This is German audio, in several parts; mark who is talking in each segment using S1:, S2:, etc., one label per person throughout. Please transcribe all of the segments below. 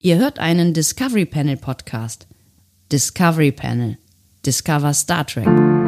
S1: Ihr hört einen Discovery Panel Podcast. Discovery Panel. Discover Star Trek.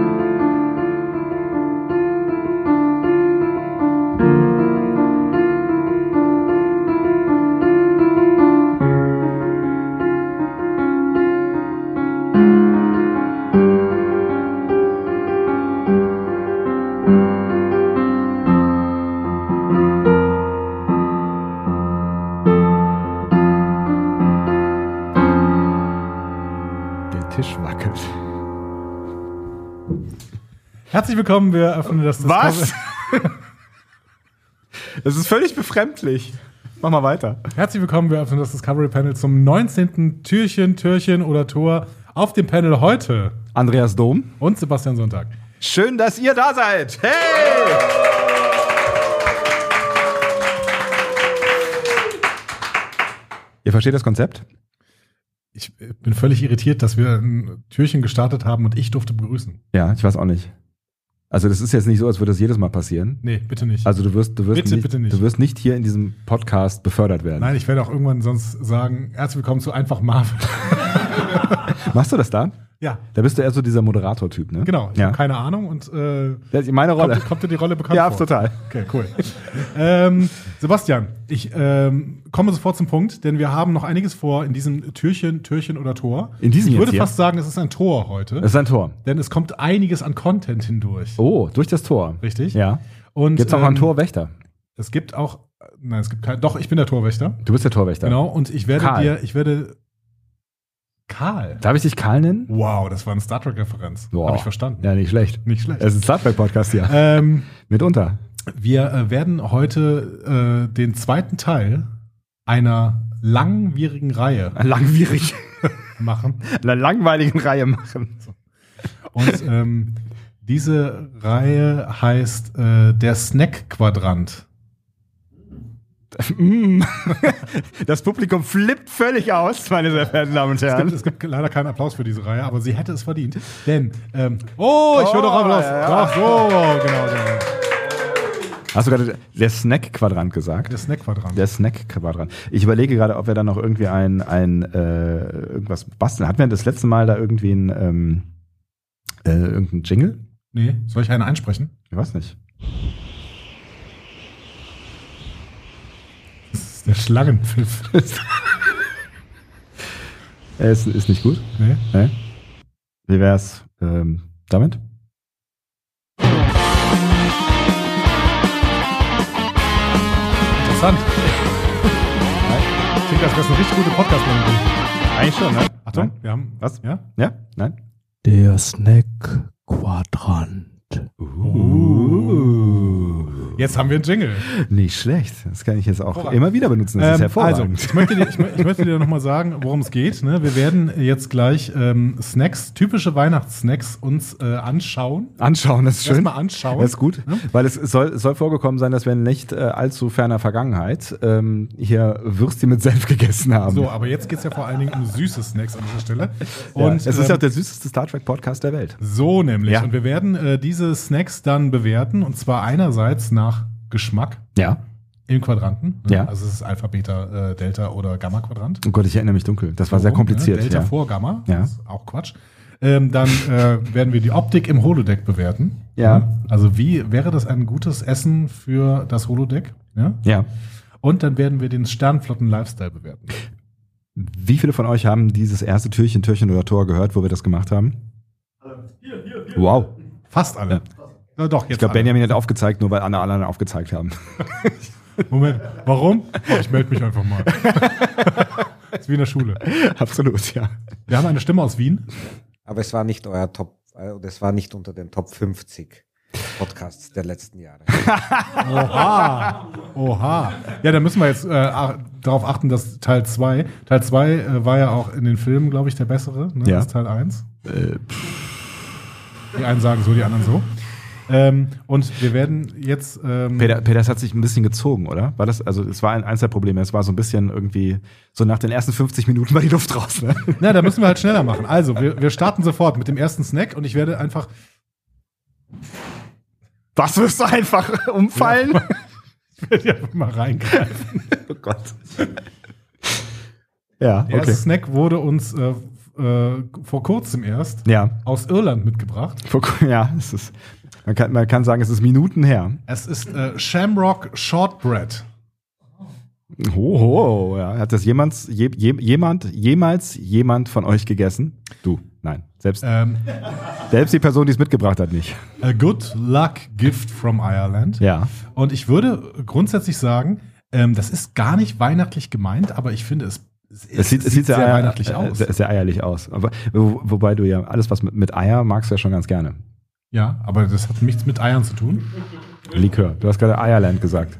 S2: Herzlich willkommen, wir öffnen das
S3: Was? Das ist völlig befremdlich. Mach mal weiter.
S2: Herzlich willkommen, wir öffnen das Discovery Panel zum 19. Türchen oder Tor. Auf dem Panel heute
S3: Andreas Dom
S2: und Sebastian Sonntag.
S3: Schön, dass ihr da seid. Hey! Ihr versteht das Konzept?
S2: Ich bin völlig irritiert, dass wir ein Türchen gestartet haben und ich durfte begrüßen.
S3: Ja, ich weiß auch nicht. Also das ist jetzt nicht so, als würde das jedes Mal passieren.
S2: Nee, bitte nicht.
S3: Also du wirst
S2: bitte nicht.
S3: Du wirst nicht hier in diesem Podcast befördert werden.
S2: Nein, ich werde auch irgendwann sonst sagen, herzlich willkommen zu Einfach Marvel.
S3: Machst du das da?
S2: Ja.
S3: Da bist du eher so dieser Moderator-Typ, ne?
S2: Genau, ich habe keine Ahnung und
S3: das ist meine Rolle.
S2: Kommt dir die Rolle bekannt
S3: ja,
S2: vor?
S3: total.
S2: Okay, cool. Sebastian, ich komme sofort zum Punkt, denn wir haben noch einiges vor in diesem Türchen oder Tor.
S3: In diesem
S2: Ich würde
S3: jetzt
S2: fast sagen, es ist ein Tor heute.
S3: Es ist ein Tor.
S2: Denn es kommt einiges an Content hindurch.
S3: Oh, durch das Tor.
S2: Richtig?
S3: Ja.
S2: Und
S3: gibt's auch einen Torwächter?
S2: Es gibt auch, nein, es gibt keinen, doch, ich bin der Torwächter.
S3: Du bist der Torwächter.
S2: Genau, und ich werde Karl.
S3: Darf ich dich Karl nennen?
S2: Wow, das war eine Star Trek-Referenz. Habe ich verstanden.
S3: Ja, nicht schlecht.
S2: Nicht schlecht.
S3: Es ist ein Star Trek-Podcast hier. Mitunter.
S2: Wir werden heute den zweiten Teil einer langwierigen Reihe
S3: Langwierig.
S2: machen.
S3: Einer langweiligen Reihe machen.
S2: Und diese Reihe heißt der Snack-Quadrant.
S3: Das Publikum flippt völlig aus, meine sehr verehrten Damen und Herren.
S2: Es gibt leider keinen Applaus für diese Reihe, aber sie hätte es verdient. Denn, ich höre doch Applaus.
S3: Ja.
S2: Doch, so, genau.
S3: Hast du gerade der Snack-Quadrant gesagt?
S2: Der Snack-Quadrant.
S3: Der Snack-Quadrant. Ich überlege gerade, ob wir da noch irgendwie irgendwas basteln. Hatten wir das letzte Mal da irgendwie irgendein Jingle?
S2: Nee, soll ich einen einsprechen?
S3: Ich weiß nicht.
S2: Der Schlangenpfiff.
S3: Es ist nicht gut.
S2: Nee.
S3: Wie wär's damit?
S2: Interessant. Ich denke, das wäre eine richtig gute Podcast-Melodie.
S3: Eigentlich schon, ne?
S2: Achtung,
S3: Nein.
S2: wir haben.
S3: Was?
S2: Ja?
S3: Ja? Nein?
S4: Der Snack-Quadrant.
S2: Jetzt haben wir einen Jingle.
S3: Nicht schlecht. Das kann ich jetzt auch immer wieder benutzen. Das ist hervorragend.
S2: Also, ich möchte dir noch mal sagen, worum es geht. Ne? Wir werden jetzt gleich Snacks, typische Weihnachtssnacks uns anschauen.
S3: Anschauen, das ist schön.
S2: Erstmal anschauen.
S3: Das ist gut, weil es soll vorgekommen sein, dass wir in nicht allzu ferner Vergangenheit hier Würstchen mit Senf gegessen haben.
S2: So, aber jetzt geht es ja vor allen Dingen um süße Snacks an dieser Stelle.
S3: Und es ist ja auch der süßeste Star Trek Podcast der Welt.
S2: So nämlich.
S3: Ja.
S2: Und wir werden diese Snacks dann bewerten, und zwar einerseits nach Geschmack.
S3: Ja.
S2: Im Quadranten. Ne?
S3: Ja.
S2: Also es ist Alpha, Beta, Delta oder Gamma-Quadrant.
S3: Oh Gott, ich erinnere mich dunkel. Das war sehr kompliziert.
S2: Ne? Delta
S3: ja.
S2: vor Gamma.
S3: Ja.
S2: Das ist auch Quatsch. Dann werden wir die Optik im Holodeck bewerten.
S3: Ja.
S2: Ne? Also wie wäre das ein gutes Essen für das Holodeck? Ja.
S3: Ja.
S2: Und dann werden wir den Sternflotten-Lifestyle bewerten.
S3: Wie viele von euch haben dieses erste Türchen oder Tor gehört, wo wir das gemacht haben? Hier. Wow.
S2: Fast alle.
S3: Ja.
S2: Na doch, jetzt
S3: Ich glaube,
S2: alle.
S3: Benjamin hat aufgezeigt, nur weil alle anderen aufgezeigt haben.
S2: Moment, warum? Oh, ich melde mich einfach mal. Das ist wie in der Schule.
S3: Absolut, ja.
S2: Wir haben eine Stimme aus Wien.
S5: Aber es war nicht euer Top, das war nicht unter den Top 50 Podcasts der letzten Jahre.
S2: Oha. Ja, da müssen wir jetzt darauf achten, dass Teil 2 war ja auch in den Filmen, glaube ich, der bessere, ne,
S3: Ja.
S2: als Teil 1. Die einen sagen so, die anderen so. Und wir werden jetzt
S3: Peter, das hat sich ein bisschen gezogen, oder? War das, also es war eins der Probleme, es war so ein bisschen irgendwie, so nach den ersten 50 Minuten war die Luft raus, ne?
S2: Na, da müssen wir halt schneller machen. Also, wir starten sofort mit dem ersten Snack und ich werde einfach.
S3: Was wirst du einfach umfallen?
S2: Ich werde einfach mal reingreifen.
S3: Oh Gott. Ja,
S2: Der erste Snack wurde uns vor kurzem erst aus Irland mitgebracht.
S3: Ja, es ist, man kann sagen, es ist Minuten her.
S2: Es ist Shamrock Shortbread.
S3: Hoho, ja. Hat das jemals jemand von euch gegessen? Du, nein. Selbst die Person, die es mitgebracht hat, nicht.
S2: A good luck gift from Ireland.
S3: Ja.
S2: Und ich würde grundsätzlich sagen, das ist gar nicht weihnachtlich gemeint, aber ich finde, es sieht sehr weihnachtlich aus.
S3: Sehr eierlich aus. Aber, wobei du ja alles, was mit Eier magst, du ja schon ganz gerne.
S2: Ja, aber das hat nichts mit Eiern zu tun.
S3: Likör. Du hast gerade Eierland gesagt.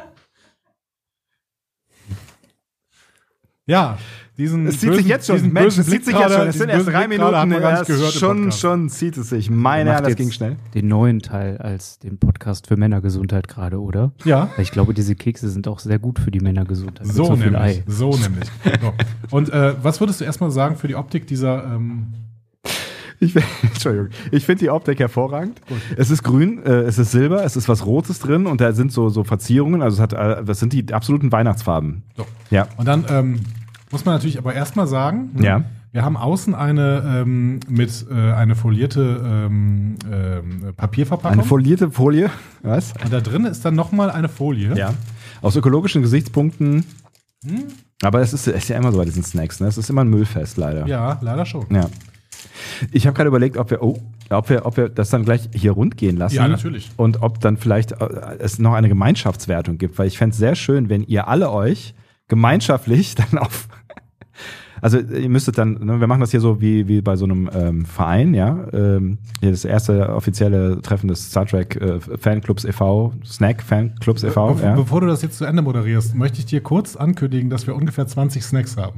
S2: Ja,
S3: es zieht sich jetzt schon. Mensch, es zieht sich jetzt schon. Es sind erst 3 Minuten. Schon zieht es sich. Meine Herren, das ging schnell.
S4: Den neuen Teil als den Podcast für Männergesundheit gerade, oder?
S2: Ja.
S4: Weil ich glaube, diese Kekse sind auch sehr gut für die Männergesundheit.
S2: So nämlich. So. Und was würdest du erstmal sagen für die Optik dieser
S3: Entschuldigung. Ich finde die Optik hervorragend. Gut. Es ist grün, es ist silber, es ist was Rotes drin und da sind so Verzierungen. Also das sind die absoluten Weihnachtsfarben. So. Ja.
S2: Und dann muss man natürlich aber erstmal sagen, wir haben außen eine folierte Papierverpackung.
S3: Eine folierte Folie. Was?
S2: Und da drin ist dann nochmal eine Folie.
S3: Ja. Aus ökologischen Gesichtspunkten. Aber es ist ja immer so bei diesen Snacks, ne? Es ist immer ein Müllfest, leider.
S2: Ja, leider schon.
S3: Ja. Ich habe gerade überlegt, ob wir das dann gleich hier rund gehen lassen.
S2: Ja, natürlich.
S3: Und ob dann vielleicht es noch eine Gemeinschaftswertung gibt, weil ich fände es sehr schön, wenn ihr alle euch gemeinschaftlich dann also ihr müsstet dann, ne, wir machen das hier so wie bei so einem Verein, ja. Hier das erste offizielle Treffen des Star Trek Fanclubs e.V., Snack Fanclubs e.V.
S2: Bevor du das jetzt zu Ende moderierst, möchte ich dir kurz ankündigen, dass wir ungefähr 20 Snacks haben.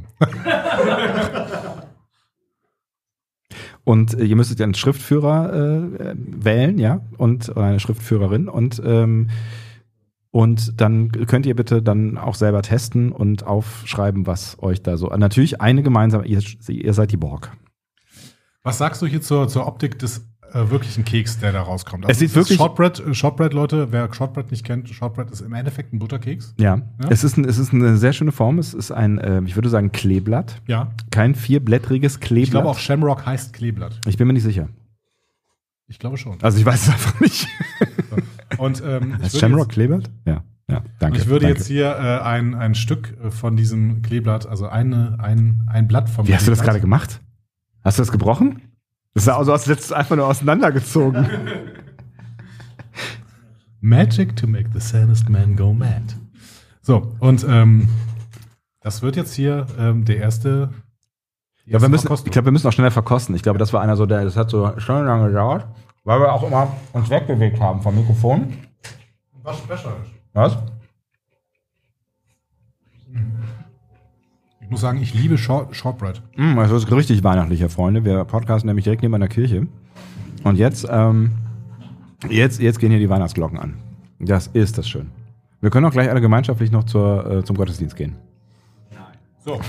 S3: Und ihr müsstet ja einen Schriftführer wählen, ja, oder eine Schriftführerin und dann könnt ihr bitte dann auch selber testen und aufschreiben, was euch da so. Natürlich eine gemeinsame, ihr seid die Borg. Was
S2: sagst du hier zur Optik des wirklichen Keks, der da rauskommt?
S3: Also es sieht wirklich
S2: Shortbread, Leute, wer Shortbread nicht kennt, Shortbread ist im Endeffekt ein Butterkeks.
S3: Ja. Es ist eine sehr schöne Form. Es ist ein, ich würde sagen, Kleeblatt.
S2: Ja.
S3: Kein 4-blättriges Kleeblatt. Ich
S2: glaube auch Shamrock heißt Kleeblatt.
S3: Ich bin mir nicht sicher.
S2: Ich glaube schon.
S3: Also ich weiß es einfach nicht.
S2: Und
S3: heißt Shamrock Kleeblatt? Ja, danke.
S2: Ich würde jetzt hier ein Stück von diesem Kleeblatt, also ein Blatt vom
S3: Wie hast du das gerade gemacht? Hast du das gebrochen? Das sah aus, als hättest du einfach nur auseinandergezogen.
S2: Magic to make the sanest man go mad. So, und das wird jetzt hier der erste.
S3: Ich glaube, wir müssen auch schneller verkosten. Ich glaube, das war einer so, das hat so schon lange gedauert, weil wir auch immer uns wegbewegt haben vom Mikrofon.
S2: Was besser ist.
S3: Was?
S2: Ich muss sagen, ich liebe Shortbread.
S3: Das ist richtig weihnachtlich, Freunde. Wir podcasten nämlich direkt neben einer Kirche. Und jetzt gehen hier die Weihnachtsglocken an. Das ist das schön. Wir können auch gleich alle gemeinschaftlich noch zum Gottesdienst gehen.
S2: So.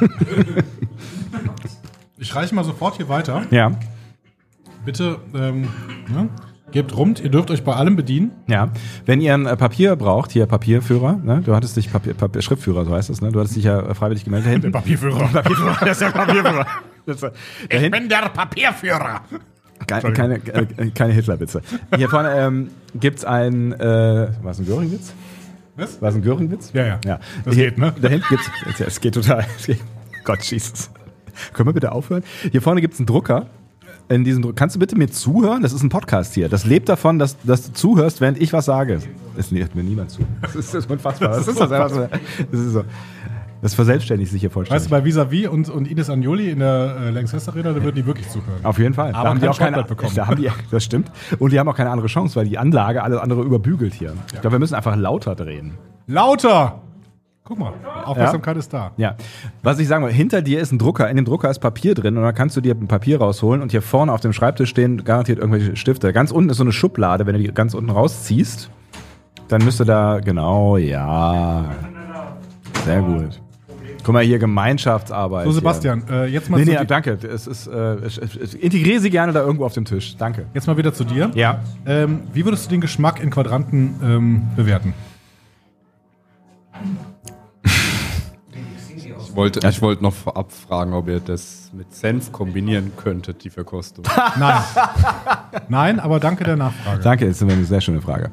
S2: Ich reiche mal sofort hier weiter.
S3: Ja.
S2: Bitte, gebt rund, ihr dürft euch bei allem bedienen.
S3: Ja, wenn ihr ein Papier braucht, hier Papierführer, ne? Du hattest dich Schriftführer, so heißt das, ne? Du hattest dich ja freiwillig gemeldet.
S2: Der Papierführer.
S3: Das ist der Papierführer.
S2: Ich bin der Papierführer.
S3: Keine Hitlerwitze. Hier vorne gibt's ein, was ein Göringwitz?
S2: Was?
S3: War es ein Göringwitz?
S2: Ja. Das geht, ne?
S3: Da hinten gibt's, es geht total. Gott, Jesus. Können wir bitte aufhören? Hier vorne gibt's einen Drucker. In diesem kannst du bitte mir zuhören? Das ist ein Podcast hier. Das lebt davon, dass du zuhörst, während ich was sage. Es hört mir niemand zu. Das ist unfassbar. Das ist so. Das verselbstständigt sich hier vollständig.
S2: Weißt du, bei Vis-a-vis und Ines Agnoli in der Lanxess Arena, da würden die wirklich zuhören.
S3: Auf jeden Fall.
S2: Aber haben die auch keine
S3: bekommen. Das stimmt. Und die haben auch keine andere Chance, weil die Anlage alles andere überbügelt hier. Ja. Ich glaube, wir müssen einfach lauter drehen.
S2: Lauter! Guck mal, Aufmerksamkeit ist da.
S3: Ja. Was ich sagen will, hinter dir ist ein Drucker, in dem Drucker ist Papier drin und dann kannst du dir ein Papier rausholen und hier vorne auf dem Schreibtisch stehen garantiert irgendwelche Stifte. Ganz unten ist so eine Schublade, wenn du die ganz unten rausziehst, dann müsste da, genau, ja. Sehr gut. Guck mal hier, Gemeinschaftsarbeit.
S2: So, Sebastian, jetzt mal
S3: Nee, danke. Integriere sie gerne da irgendwo auf dem Tisch. Danke.
S2: Jetzt mal wieder zu dir.
S3: Ja.
S2: Wie würdest du den Geschmack in Quadranten bewerten?
S6: Ich wollte noch vorab fragen, ob ihr das mit Senf kombinieren könntet, die Verkostung.
S2: Nein. Nein, aber danke der Nachfrage.
S3: Danke, ist eine sehr schöne Frage.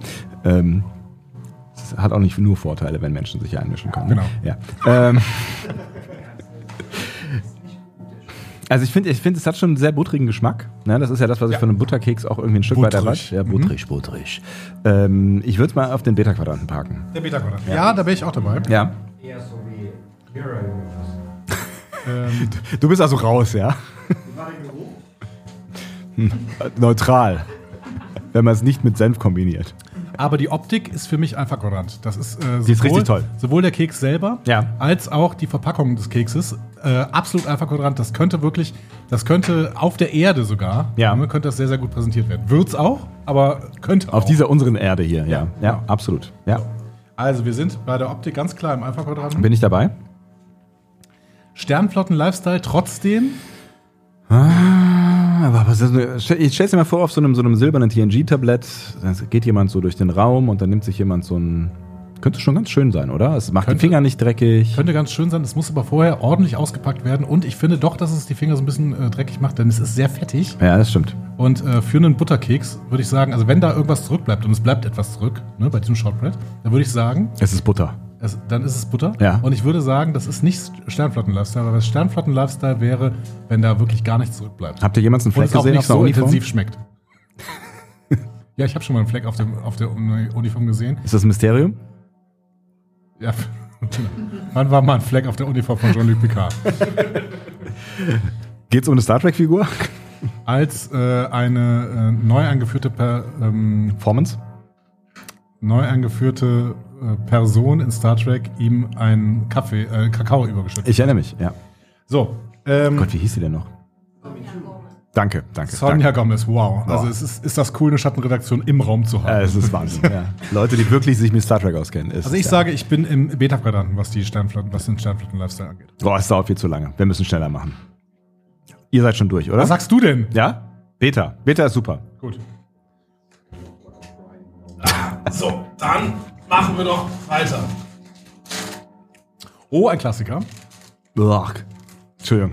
S3: Es hat auch nicht nur Vorteile, wenn Menschen sich einmischen können.
S2: Genau.
S3: Ja. Also ich finde, es hat schon einen sehr buttrigen Geschmack. Ne, das ist ja das, was ich von einem Butterkeks auch irgendwie ein Stück weit erwarte. Ja, butrig. Ich würde es mal auf den Beta-Quadranten parken.
S2: Der Beta-Quadrant. Ja, da bin ich auch dabei.
S3: Ja.
S5: Eher so wie Mirror
S3: Du bist also raus, ja? Neutral. Wenn man es nicht mit Senf kombiniert.
S2: Aber die Optik ist für mich einfach Quadrant. Das ist,
S3: die ist richtig toll.
S2: Sowohl der Keks selber, als auch die Verpackung des Kekses. Absolut Alpha Quadrant. Das könnte auf der Erde sogar, könnte das sehr, sehr gut präsentiert werden. Wird's auch, aber könnte auch.
S3: Auf dieser unseren Erde hier, ja, absolut. Ja.
S2: So. Also wir sind bei der Optik ganz klar im Alpha Quadrant.
S3: Bin ich dabei?
S2: Sternflotten-Lifestyle trotzdem.
S3: Aber ich stell's dir mal vor, auf so einem silbernen TNG-Tablett, dann geht jemand so durch den Raum und dann nimmt sich jemand so ein... Könnte schon ganz schön sein, oder? Es macht die Finger nicht dreckig.
S2: Könnte ganz schön sein, es muss aber vorher ordentlich ausgepackt werden und ich finde doch, dass es die Finger so ein bisschen dreckig macht, denn es ist sehr fettig.
S3: Ja, das stimmt.
S2: Und für einen Butterkeks würde ich sagen, also wenn da irgendwas zurückbleibt und es bleibt etwas zurück, ne, bei diesem Shortbread, dann würde ich sagen...
S3: Es ist Butter.
S2: Dann ist es Butter.
S3: Ja.
S2: Und ich würde sagen, das ist nicht Sternflotten-Lifestyle, aber das Sternflotten-Lifestyle wäre, wenn da wirklich gar nichts zurückbleibt.
S3: Habt ihr jemals einen Fleck gesehen
S2: auf der
S3: Uniform?
S2: intensiv schmeckt. Ja, ich habe schon mal einen Fleck auf der Uniform gesehen.
S3: Ist das ein Mysterium?
S2: Ja. Wann war mal ein Fleck auf der Uniform von Jean-Luc Picard?
S3: Geht's um eine Star Trek-Figur?
S2: Als eine neu eingeführte
S3: Performance?
S2: Neu eingeführte Person in Star Trek ihm einen Kakao übergeschüttet.
S3: Ich erinnere mich, ja.
S2: So.
S3: Gott, wie hieß sie denn noch? Danke.
S2: Sonja Gomez, wow. Also ist das cool, eine Schattenredaktion im Raum zu haben.
S3: Es ist Wahnsinn, ja. Leute, die wirklich sich mit Star Trek auskennen.
S2: Also ich sage, ich bin im Beta-Quadranten, was den Sternflotten-Lifestyle angeht.
S3: Boah, es dauert viel zu lange. Wir müssen schneller machen. Ihr seid schon durch, oder?
S2: Was sagst du denn?
S3: Ja? Beta. Beta ist super.
S2: Gut. So, dann machen wir doch weiter. Oh, ein Klassiker.
S3: Ach, Entschuldigung.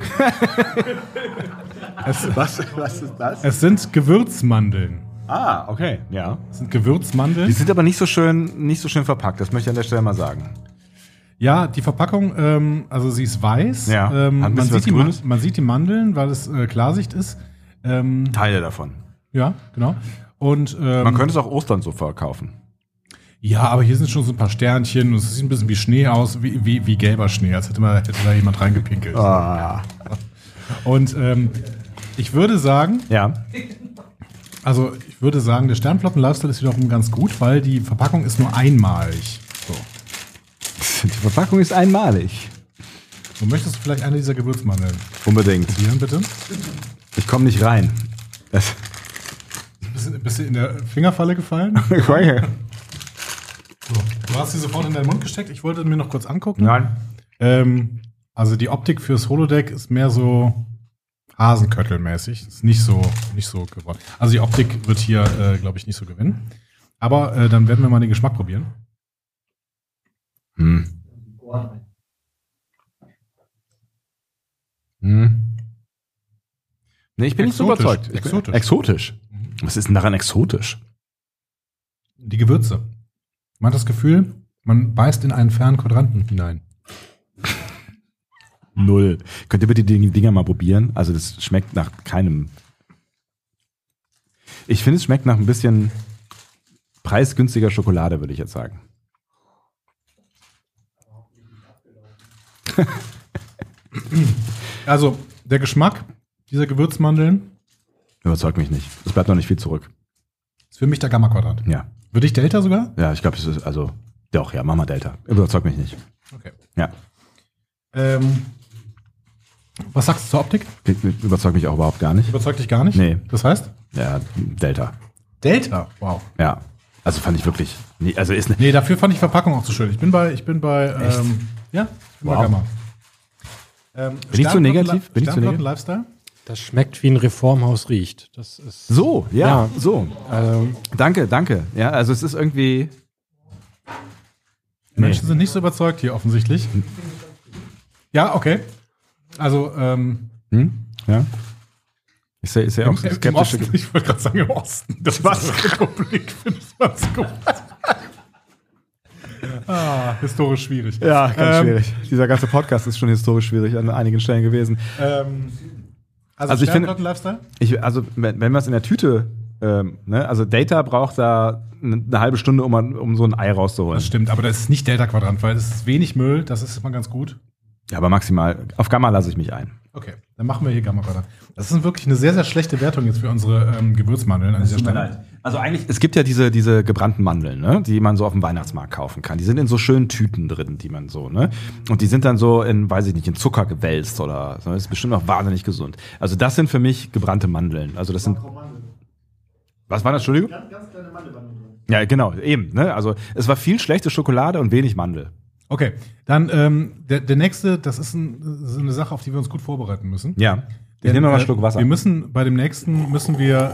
S2: Was ist das? Es sind Gewürzmandeln.
S3: Ah, okay, ja.
S2: Es sind Gewürzmandeln.
S3: Die sind aber nicht so schön verpackt, das möchte ich an der Stelle mal sagen.
S2: Ja, die Verpackung, also sie ist weiß.
S3: Ja,
S2: man sieht die Mandeln, weil es Klarsicht ist.
S3: Teile davon.
S2: Ja, genau. Und
S3: man könnte es auch Ostern so verkaufen.
S2: Ja, aber hier sind schon so ein paar Sternchen und es sieht ein bisschen wie Schnee aus, wie gelber Schnee, als hätte da jemand reingepinkelt.
S3: Ah.
S2: Und ich würde sagen,
S3: ja.
S2: Also ich würde sagen, der Sternflotten-Lifestyle ist wiederum ganz gut, weil die Verpackung ist nur einmalig. So.
S3: Die Verpackung ist einmalig.
S2: Du möchtest vielleicht eine dieser Gewürzmandeln?
S3: Unbedingt.
S2: Probieren, bitte.
S3: Ich komme nicht rein.
S2: Bist du in der Fingerfalle gefallen? So, du hast sie sofort in deinen Mund gesteckt. Ich wollte mir noch kurz angucken.
S3: Nein.
S2: Also die Optik fürs Holodeck ist mehr so Hasenköttelmäßig. Ist nicht so geworden. Also die Optik wird hier, glaube ich, nicht so gewinnen. Aber dann werden wir mal den Geschmack probieren.
S3: Nee, ich bin nicht so überzeugt. Exotisch. Was ist denn daran exotisch?
S2: Die Gewürze. Man hat das Gefühl, man beißt in einen fernen Quadranten hinein.
S3: 0. Könnt ihr bitte die Dinger mal probieren? Also das schmeckt nach keinem... Ich finde, es schmeckt nach ein bisschen preisgünstiger Schokolade, würde ich jetzt sagen.
S2: Also, der Geschmack dieser Gewürzmandeln
S3: überzeugt mich nicht. Es bleibt noch nicht viel zurück.
S2: Ist für mich der Gamma-Quadrat.
S3: Ja.
S2: Würde ich Delta sogar?
S3: Ja, ich glaube, es ist, also, doch, ja, mach mal Delta. Überzeugt mich nicht.
S2: Okay.
S3: Ja.
S2: Was sagst du zur Optik?
S3: Überzeugt mich auch überhaupt gar nicht.
S2: Überzeugt dich gar nicht?
S3: Nee.
S2: Das heißt?
S3: Ja, Delta.
S2: Delta? Wow.
S3: Ja. Also fand ich wirklich. Nee, also ist
S2: nee, dafür fand ich Verpackung auch zu schön. Ich bin bei bei Gamma.
S3: Bin ich zu negativ?
S2: Lifestyle?
S4: Das schmeckt wie ein Reformhaus riecht. Das ist
S3: so, ja. So. Danke. Ja, also es ist irgendwie.
S2: Die Menschen sind nicht so überzeugt hier offensichtlich. Ja, okay. Also,
S3: Ja. Ich sehe auch
S2: im
S3: skeptische.
S2: Osten, ich wollte gerade sagen, im Osten. Das was Republik findet man gut. Historisch schwierig.
S3: Ja, ganz schwierig. Dieser ganze Podcast ist schon historisch schwierig an einigen Stellen gewesen.
S2: Also ich finde, Lifestyle?
S3: Wenn wir es in der Tüte, also Data braucht da eine halbe Stunde, um so ein Ei rauszuholen.
S2: Das stimmt, aber das ist nicht Delta-Quadrant, weil es ist wenig Müll, das ist immer ganz gut.
S3: Ja, aber maximal. Auf Gamma lasse ich mich ein.
S2: Okay, dann machen wir hier Gamma-Quadrat. Das ist wirklich eine sehr, sehr schlechte Wertung jetzt für unsere Gewürzmandeln an dieser Stelle.
S3: Also eigentlich, es gibt ja diese gebrannten Mandeln, ne, die man so auf dem Weihnachtsmarkt kaufen kann. Die sind in so schönen Tüten drin, die man so, ne? Und die sind dann so in Zucker gewälzt oder so. Das ist bestimmt auch wahnsinnig gesund. Also das sind für mich gebrannte Mandeln. Also das sind. Was war das, Entschuldigung? Ganz kleine Mandelmandeln drin. Ja, genau, eben, ne? Also es war viel schlechte Schokolade und wenig Mandel.
S2: Okay, dann der nächste, das ist eine Sache, auf die wir uns gut vorbereiten müssen.
S3: Ja. Ich nehme noch mal einen Schluck Wasser.
S2: Bei dem nächsten müssen wir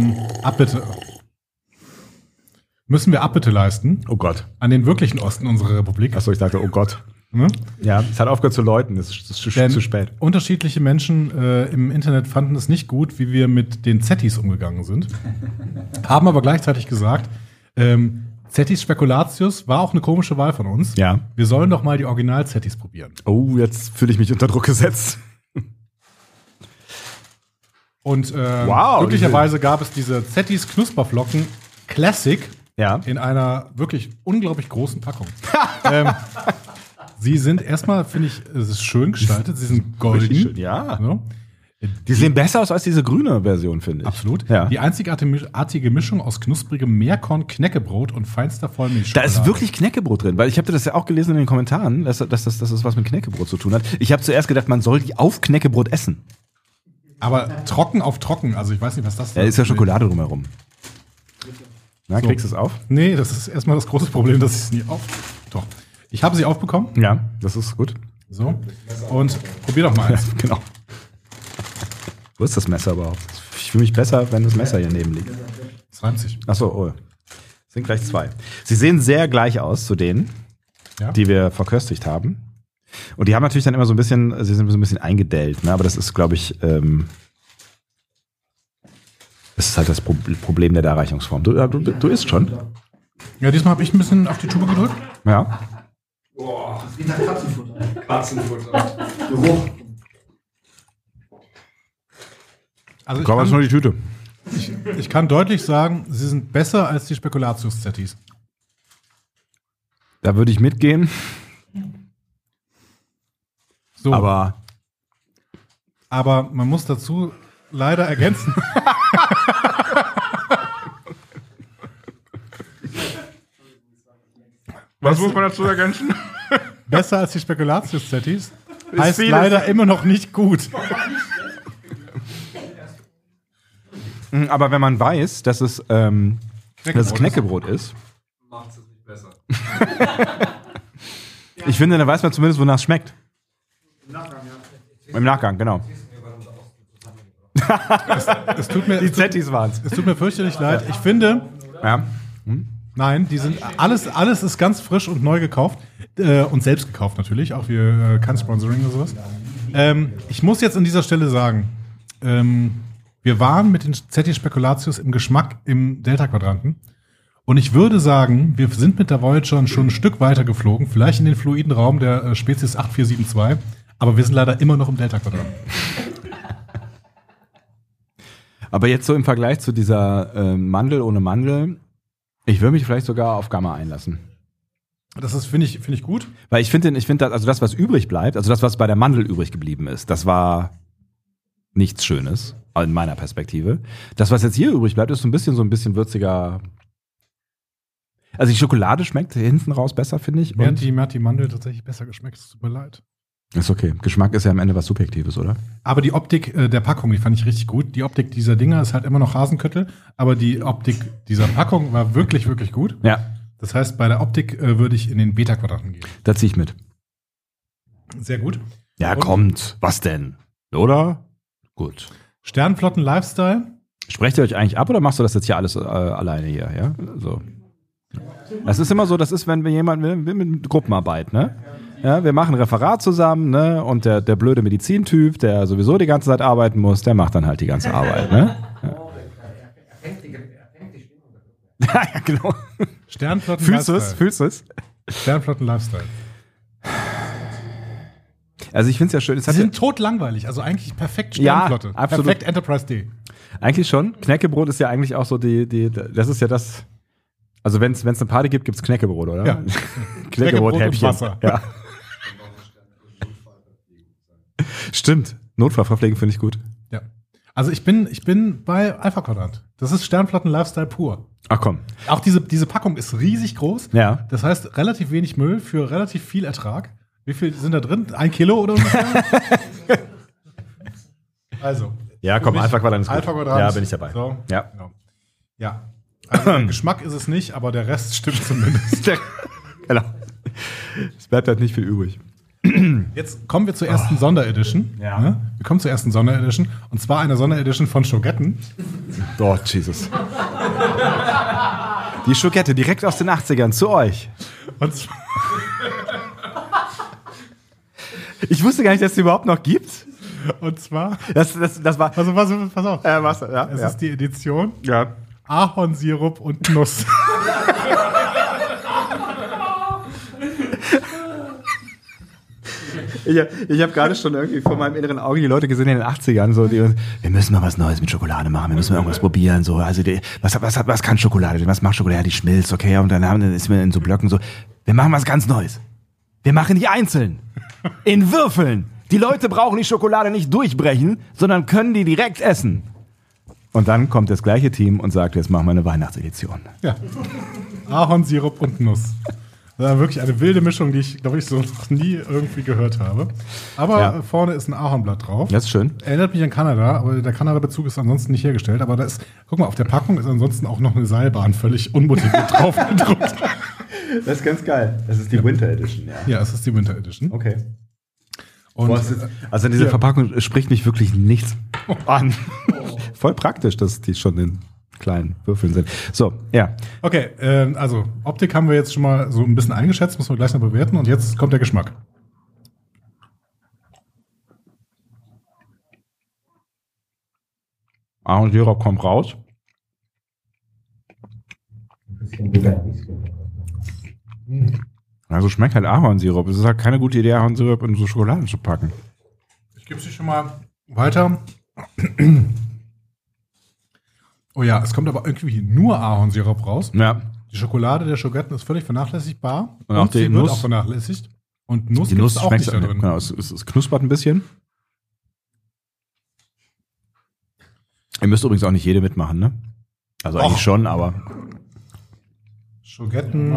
S2: Abbitte leisten.
S3: Oh Gott.
S2: An den wirklichen Osten unserer Republik.
S3: Achso, ich dachte, oh Gott.
S2: Ne?
S3: Ja, es hat aufgehört zu läuten, es ist zu spät.
S2: Unterschiedliche Menschen im Internet fanden es nicht gut, wie wir mit den Zettis umgegangen sind. Haben aber gleichzeitig gesagt, Zettis Spekulatius war auch eine komische Wahl von uns.
S3: Ja.
S2: Wir sollen doch mal die Original-Zettis probieren.
S3: Oh, jetzt fühle ich mich unter Druck gesetzt.
S2: Und glücklicherweise gab es diese Zettis Knusperflocken Classic in einer wirklich unglaublich großen Packung. Sie sind erstmal, finde ich, es ist schön gestaltet. Sie sind golden.
S3: Schön, ja. So. Die sehen besser aus als diese grüne Version, finde ich.
S2: Absolut. Ja. Die einzigartige Mischung aus knusprigem Meerkorn-Knäckebrot und feinster Vollmilchschokolade.
S3: Da ist wirklich Knäckebrot drin, weil ich habe das ja auch gelesen in den Kommentaren, dass das was mit Knäckebrot zu tun hat. Ich habe zuerst gedacht, man soll die auf Knäckebrot essen.
S2: Aber trocken auf trocken, also ich weiß nicht, was das ist.
S3: Ja, ist ja Schokolade drumherum. Na, so. Kriegst du es auf?
S2: Nee, das ist erstmal das große Problem, dass ich es nie auf... Doch. Ich habe sie aufbekommen.
S3: Ja, das ist gut.
S2: So. Und probier doch mal eins.
S3: Ja, genau. Wo ist das Messer überhaupt? Ich fühle mich besser, wenn das Messer hier neben liegt.
S2: Das reimt sich.
S3: Achso, oh. Es sind gleich zwei. Sie sehen sehr gleich aus zu denen, die wir verköstigt haben. Und die haben natürlich dann immer sie sind so ein bisschen eingedellt, ne? Aber das ist, glaube ich, das ist halt das Problem der Darreichungsform. Du isst schon.
S2: Ja, diesmal habe ich ein bisschen auf die Tube gedrückt.
S3: Ja.
S7: Boah, das geht nach Katzenfutter. Katzenfutter. Geruch.
S2: Also
S3: Komm, was ist nur die Tüte?
S2: Ich kann deutlich sagen, sie sind besser als die Spekulatius-Zettis.
S3: Da würde ich mitgehen.
S2: So.
S3: Aber
S2: man muss dazu leider ergänzen.
S3: Was muss man dazu ergänzen?
S2: Besser als die Spekulatius-Zettis heißt leider immer noch nicht gut.
S3: Aber wenn man weiß, dass es Knäckebrot ist,
S6: macht es nicht besser.
S3: Ich finde, dann weiß man zumindest, wonach es schmeckt. Im Nachgang, ja. Im Nachgang, genau.
S2: Es tut mir,
S3: die Zettis waren es.
S2: Es tut mir fürchterlich leid. Ich finde, nein, die sind alles ist ganz frisch und neu gekauft und selbst gekauft natürlich, auch wir kein Sponsoring oder sowas. Ich muss jetzt an dieser Stelle sagen, wir waren mit den Zettis Spekulatius im Geschmack im Delta-Quadranten. Und ich würde sagen, wir sind mit der Voyager schon ein Stück weiter geflogen, vielleicht in den fluiden Raum der Spezies 8472, aber wir sind leider immer noch im Delta-Quadranten.
S3: Aber jetzt so im Vergleich zu dieser Mandel ohne Mandel, ich würde mich vielleicht sogar auf Gamma einlassen.
S2: Das ist, finde ich gut.
S3: Weil ich finde, also das, was übrig bleibt, also das, was bei der Mandel übrig geblieben ist, das war nichts Schönes, in meiner Perspektive. Das, was jetzt hier übrig bleibt, ist so ein bisschen würziger. Also die Schokolade schmeckt hinten raus besser, finde ich.
S2: Mir hat die Mandel tatsächlich besser geschmeckt, es tut mir leid.
S3: Ist okay. Geschmack ist ja am Ende was Subjektives, oder?
S2: Aber die Optik der Packung, die fand ich richtig gut. Die Optik dieser Dinger ist halt immer noch Hasenköttel, aber die Optik dieser Packung war wirklich, wirklich gut.
S3: Ja.
S2: Das heißt, bei der Optik würde ich in den Beta-Quadranten gehen.
S3: Da ziehe ich mit.
S2: Sehr gut.
S3: Ja, kommt. Was denn? Oder? Gut.
S2: Sternflotten-Lifestyle.
S3: Sprecht ihr euch eigentlich ab oder machst du das jetzt hier alles alleine hier? Ja? So. Das ist immer so, das ist, wenn wir jemanden will mit Gruppenarbeit, ne? Ja, wir machen ein Referat zusammen, ne? Und der blöde Medizintyp, der sowieso die ganze Zeit arbeiten muss, der macht dann halt die ganze Arbeit, ne? Ja, genau.
S2: Sternflotten
S3: Fühlst du
S2: Lifestyle.
S3: es?
S2: Sternflotten Lifestyle.
S3: Also ich finde es ja schön.
S2: Sie sind totlangweilig, also eigentlich perfekt
S3: Ja,
S2: Sternflotte.
S3: absolut.
S2: Perfekt Enterprise D.
S3: Eigentlich schon. Knäckebrot ist ja eigentlich auch so das ist ja das. Also wenn es eine Party gibt, gibt's Knäckebrot, oder?
S2: Ja.
S3: Knäckebrot-Häppchen.
S2: und Wasser.
S3: Ja. Stimmt. Notfallverpflegung finde ich gut.
S2: Ja. Also ich bin bei Alpha Quadrant. Das ist Sternflotten Lifestyle pur.
S3: Ach komm.
S2: Auch diese Packung ist riesig groß.
S3: Ja.
S2: Das heißt, relativ wenig Müll für relativ viel Ertrag. Wie viel sind da drin? 1 Kilo oder ungefähr? Also.
S3: Ja, komm,
S2: für mich
S3: Alpha Quadrant ist gut.
S2: Alpha Quadrant.
S3: Ja, bin ich dabei.
S2: So,
S3: Ja.
S2: Genau. Ja. Also der Geschmack ist es nicht, aber der Rest stimmt zumindest.
S3: Genau. Es bleibt halt nicht viel übrig.
S2: Jetzt kommen wir zur ersten Sonderedition.
S3: Ja.
S2: Ne? Wir kommen zur ersten Sonderedition. Und zwar einer Sonderedition von Schogetten.
S3: Oh, Jesus. Die Schokette direkt aus den 80ern zu euch.
S2: Und zwar,
S3: Ich wusste gar nicht, dass es die überhaupt noch gibt.
S2: und zwar
S3: Das war.
S2: also pass auf.
S3: Was? Ja,
S2: Es
S3: ja.
S2: ist die Edition
S3: Ja.
S2: Ahornsirup und Nuss.
S3: Ich hab gerade schon irgendwie vor meinem inneren Auge die Leute gesehen in den 80ern, so wir müssen mal was Neues mit Schokolade machen, wir müssen mal irgendwas probieren, so, also was kann Schokolade denn, was macht Schokolade, ja, die schmilzt, okay, und dann ist man in so Blöcken so, wir machen was ganz Neues. Wir machen die einzeln, in Würfeln. Die Leute brauchen die Schokolade nicht durchbrechen, sondern können die direkt essen. Und dann kommt das gleiche Team und sagt, jetzt machen wir eine Weihnachtsedition.
S2: Ja. Ahornsirup und Nuss. Das war wirklich eine wilde Mischung, die ich, glaube ich, so noch nie irgendwie gehört habe. Aber
S3: Ja.
S2: vorne ist ein Ahornblatt drauf.
S3: Das ist schön.
S2: Erinnert mich an Kanada, aber der Kanada-Bezug ist ansonsten nicht hergestellt. Aber da ist, guck mal, auf der Packung ist ansonsten auch noch eine Seilbahn völlig unmotiviert drauf gedruckt.
S3: Das ist ganz geil. Das ist die Winter Edition, ja.
S2: Ja, es ist die Winter Edition.
S3: Okay.
S2: Und
S3: Also in dieser
S2: hier.
S3: Verpackung spricht mich wirklich nichts an. Voll praktisch, dass die schon in kleinen Würfeln sind. So, ja.
S2: Okay, also Optik haben wir jetzt schon mal so ein bisschen eingeschätzt, müssen wir gleich noch bewerten. Und jetzt kommt der Geschmack.
S3: Ahornsirup kommt raus. Also schmeckt halt Ahornsirup. Es ist halt keine gute Idee, Ahornsirup in so Schokolade zu packen.
S2: Ich gebe sie schon mal weiter. Oh ja, es kommt aber irgendwie nur Ahornsirup raus.
S3: Ja.
S2: Die Schokolade der Schogetten ist völlig vernachlässigbar.
S3: Und auch die
S2: sie
S3: Nuss.
S2: wird auch vernachlässigt. Und Nuss
S3: Die
S2: gibt
S3: Nuss
S2: es auch
S3: schmeckt
S2: nicht da drin.
S3: genau, es knuspert ein bisschen. Ihr müsst übrigens auch nicht jede mitmachen, ne? Also eigentlich
S2: Och.
S3: schon, aber
S2: Schogetten.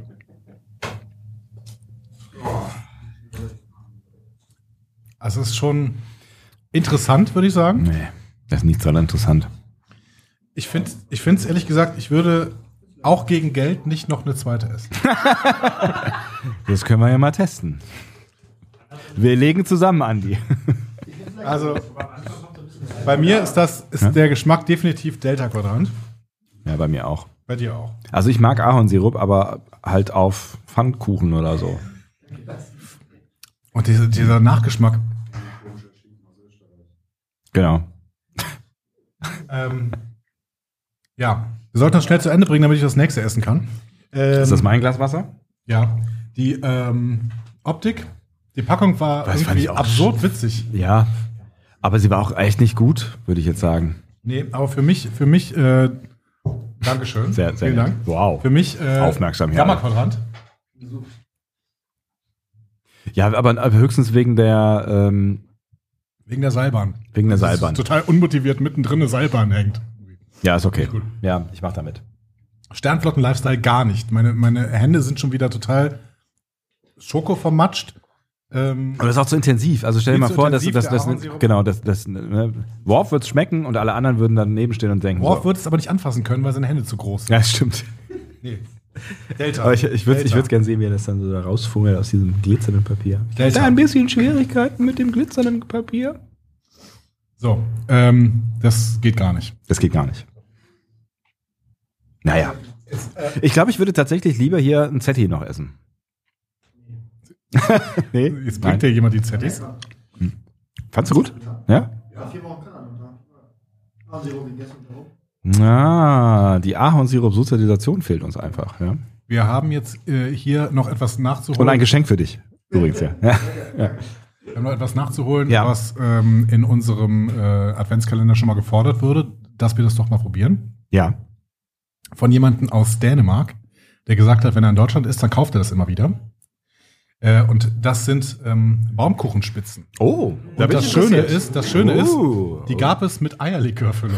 S2: Also es ist schon interessant, würde ich sagen.
S3: nee, das ist nicht so interessant.
S2: Ich finde es ehrlich gesagt, ich würde auch gegen Geld nicht noch eine zweite essen.
S3: Das können wir ja mal testen. Wir legen zusammen, Andi.
S2: Also bei mir ist der Geschmack definitiv Delta-Quadrant.
S3: Ja, bei mir auch.
S2: Bei dir auch.
S3: Also ich mag Ahornsirup, aber halt auf Pfannkuchen oder so.
S2: Und dieser Nachgeschmack.
S3: Genau.
S2: Ja, wir sollten das schnell zu Ende bringen, damit ich das nächste essen kann.
S3: Ist das mein Glas Wasser?
S2: Ja, die Optik, die Packung war
S3: Das fand
S2: irgendwie
S3: ich auch
S2: absurd witzig.
S3: Ja, aber sie war auch echt nicht gut, würde ich jetzt sagen.
S2: Nee, aber für mich Dankeschön.
S3: Sehr, sehr
S2: Vielen
S3: nett.
S2: Dank.
S3: Wow.
S2: Für mich
S3: Aufmerksam hier.
S2: Gamma-Quadrant.
S3: Ja, aber höchstens wegen der
S2: Wegen der Seilbahn.
S3: Wegen der
S2: Das
S3: Seilbahn.
S2: ist total unmotiviert mittendrin eine Seilbahn hängt.
S3: Ja, ist okay.
S2: Gut.
S3: Ja, ich mach damit.
S2: Sternflotten-Lifestyle gar nicht. Meine Hände sind schon wieder total Schoko vermatscht.
S3: Aber das ist auch zu intensiv. Also stell dir
S2: Viel
S3: mal
S2: zu
S3: vor, dass
S2: intensiv, der
S3: das
S2: Ahornsirup.
S3: genau, ne, Worf wird's schmecken und alle anderen würden daneben stehen und denken,
S2: Worf
S3: so.
S2: wird es aber nicht anfassen können, weil seine Hände zu groß sind.
S3: Ja, stimmt.
S2: Nee. Delta.
S3: Aber ich würde
S2: Delta.
S3: gerne sehen, wie er das dann so da rausfummelt aus diesem glitzernden Papier.
S2: Delta.
S3: Da ein bisschen Schwierigkeiten mit dem glitzernden Papier.
S2: So, das geht gar nicht.
S3: Das geht gar nicht. Naja. Ich glaube, ich würde tatsächlich lieber hier ein Zetti noch essen. Nee.
S2: Jetzt bringt dir jemand die Zettis.
S3: Fandst du gut? Ja?
S7: Ja, 4 Wochen Kanada. Ahornsirup gegessen und so.
S3: Die Ahornsirup-Sozialisation fehlt uns einfach. Ja?
S2: Wir haben jetzt hier noch etwas nachzuholen.
S3: Und ein Geschenk für dich, übrigens, ja. Ja.
S2: Wir haben noch etwas nachzuholen,
S3: Ja.
S2: was in unserem Adventskalender schon mal gefordert wurde, dass wir das doch mal probieren.
S3: Ja.
S2: Von jemandem aus Dänemark, der gesagt hat, wenn er in Deutschland ist, dann kauft er das immer wieder. Und das sind Baumkuchenspitzen.
S3: Oh,
S2: Und das Schöne ist, die gab es mit Eierlikörfüllung.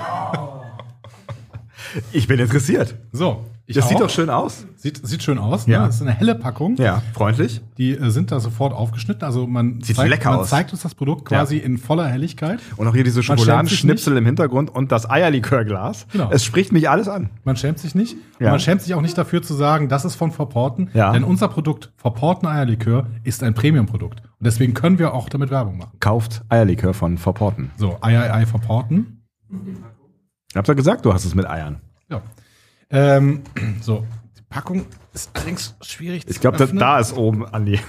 S3: Ich bin interessiert.
S2: So,
S3: Das sieht
S2: auch.
S3: doch schön aus.
S2: Sieht schön aus.
S3: Ja.
S2: Ne? Das ist eine helle Packung.
S3: Ja, freundlich.
S2: Die sind da sofort aufgeschnitten. Also man
S3: Sieht lecker aus.
S2: zeigt uns das Produkt quasi in voller Helligkeit.
S3: Und auch hier diese
S2: Man schämt sich
S3: Schokoladenschnipsel im Hintergrund und das Eierlikörglas.
S2: Genau.
S3: Es spricht mich alles an.
S2: Man schämt sich nicht. Und
S3: Ja.
S2: man schämt sich auch nicht dafür zu sagen, das ist von Verporten.
S3: Ja.
S2: Denn unser Produkt, Verporten Eierlikör, ist ein Premium-Produkt. Und deswegen können wir auch damit Werbung machen.
S3: Kauft Eierlikör von Verporten.
S2: So, Ei Verporten.
S3: Ich hab's ja gesagt, du hast es mit Eiern.
S2: Ja. So, die Packung ist allerdings schwierig
S3: Ich glaube,
S2: öffnen.
S3: da ist oben, Andi.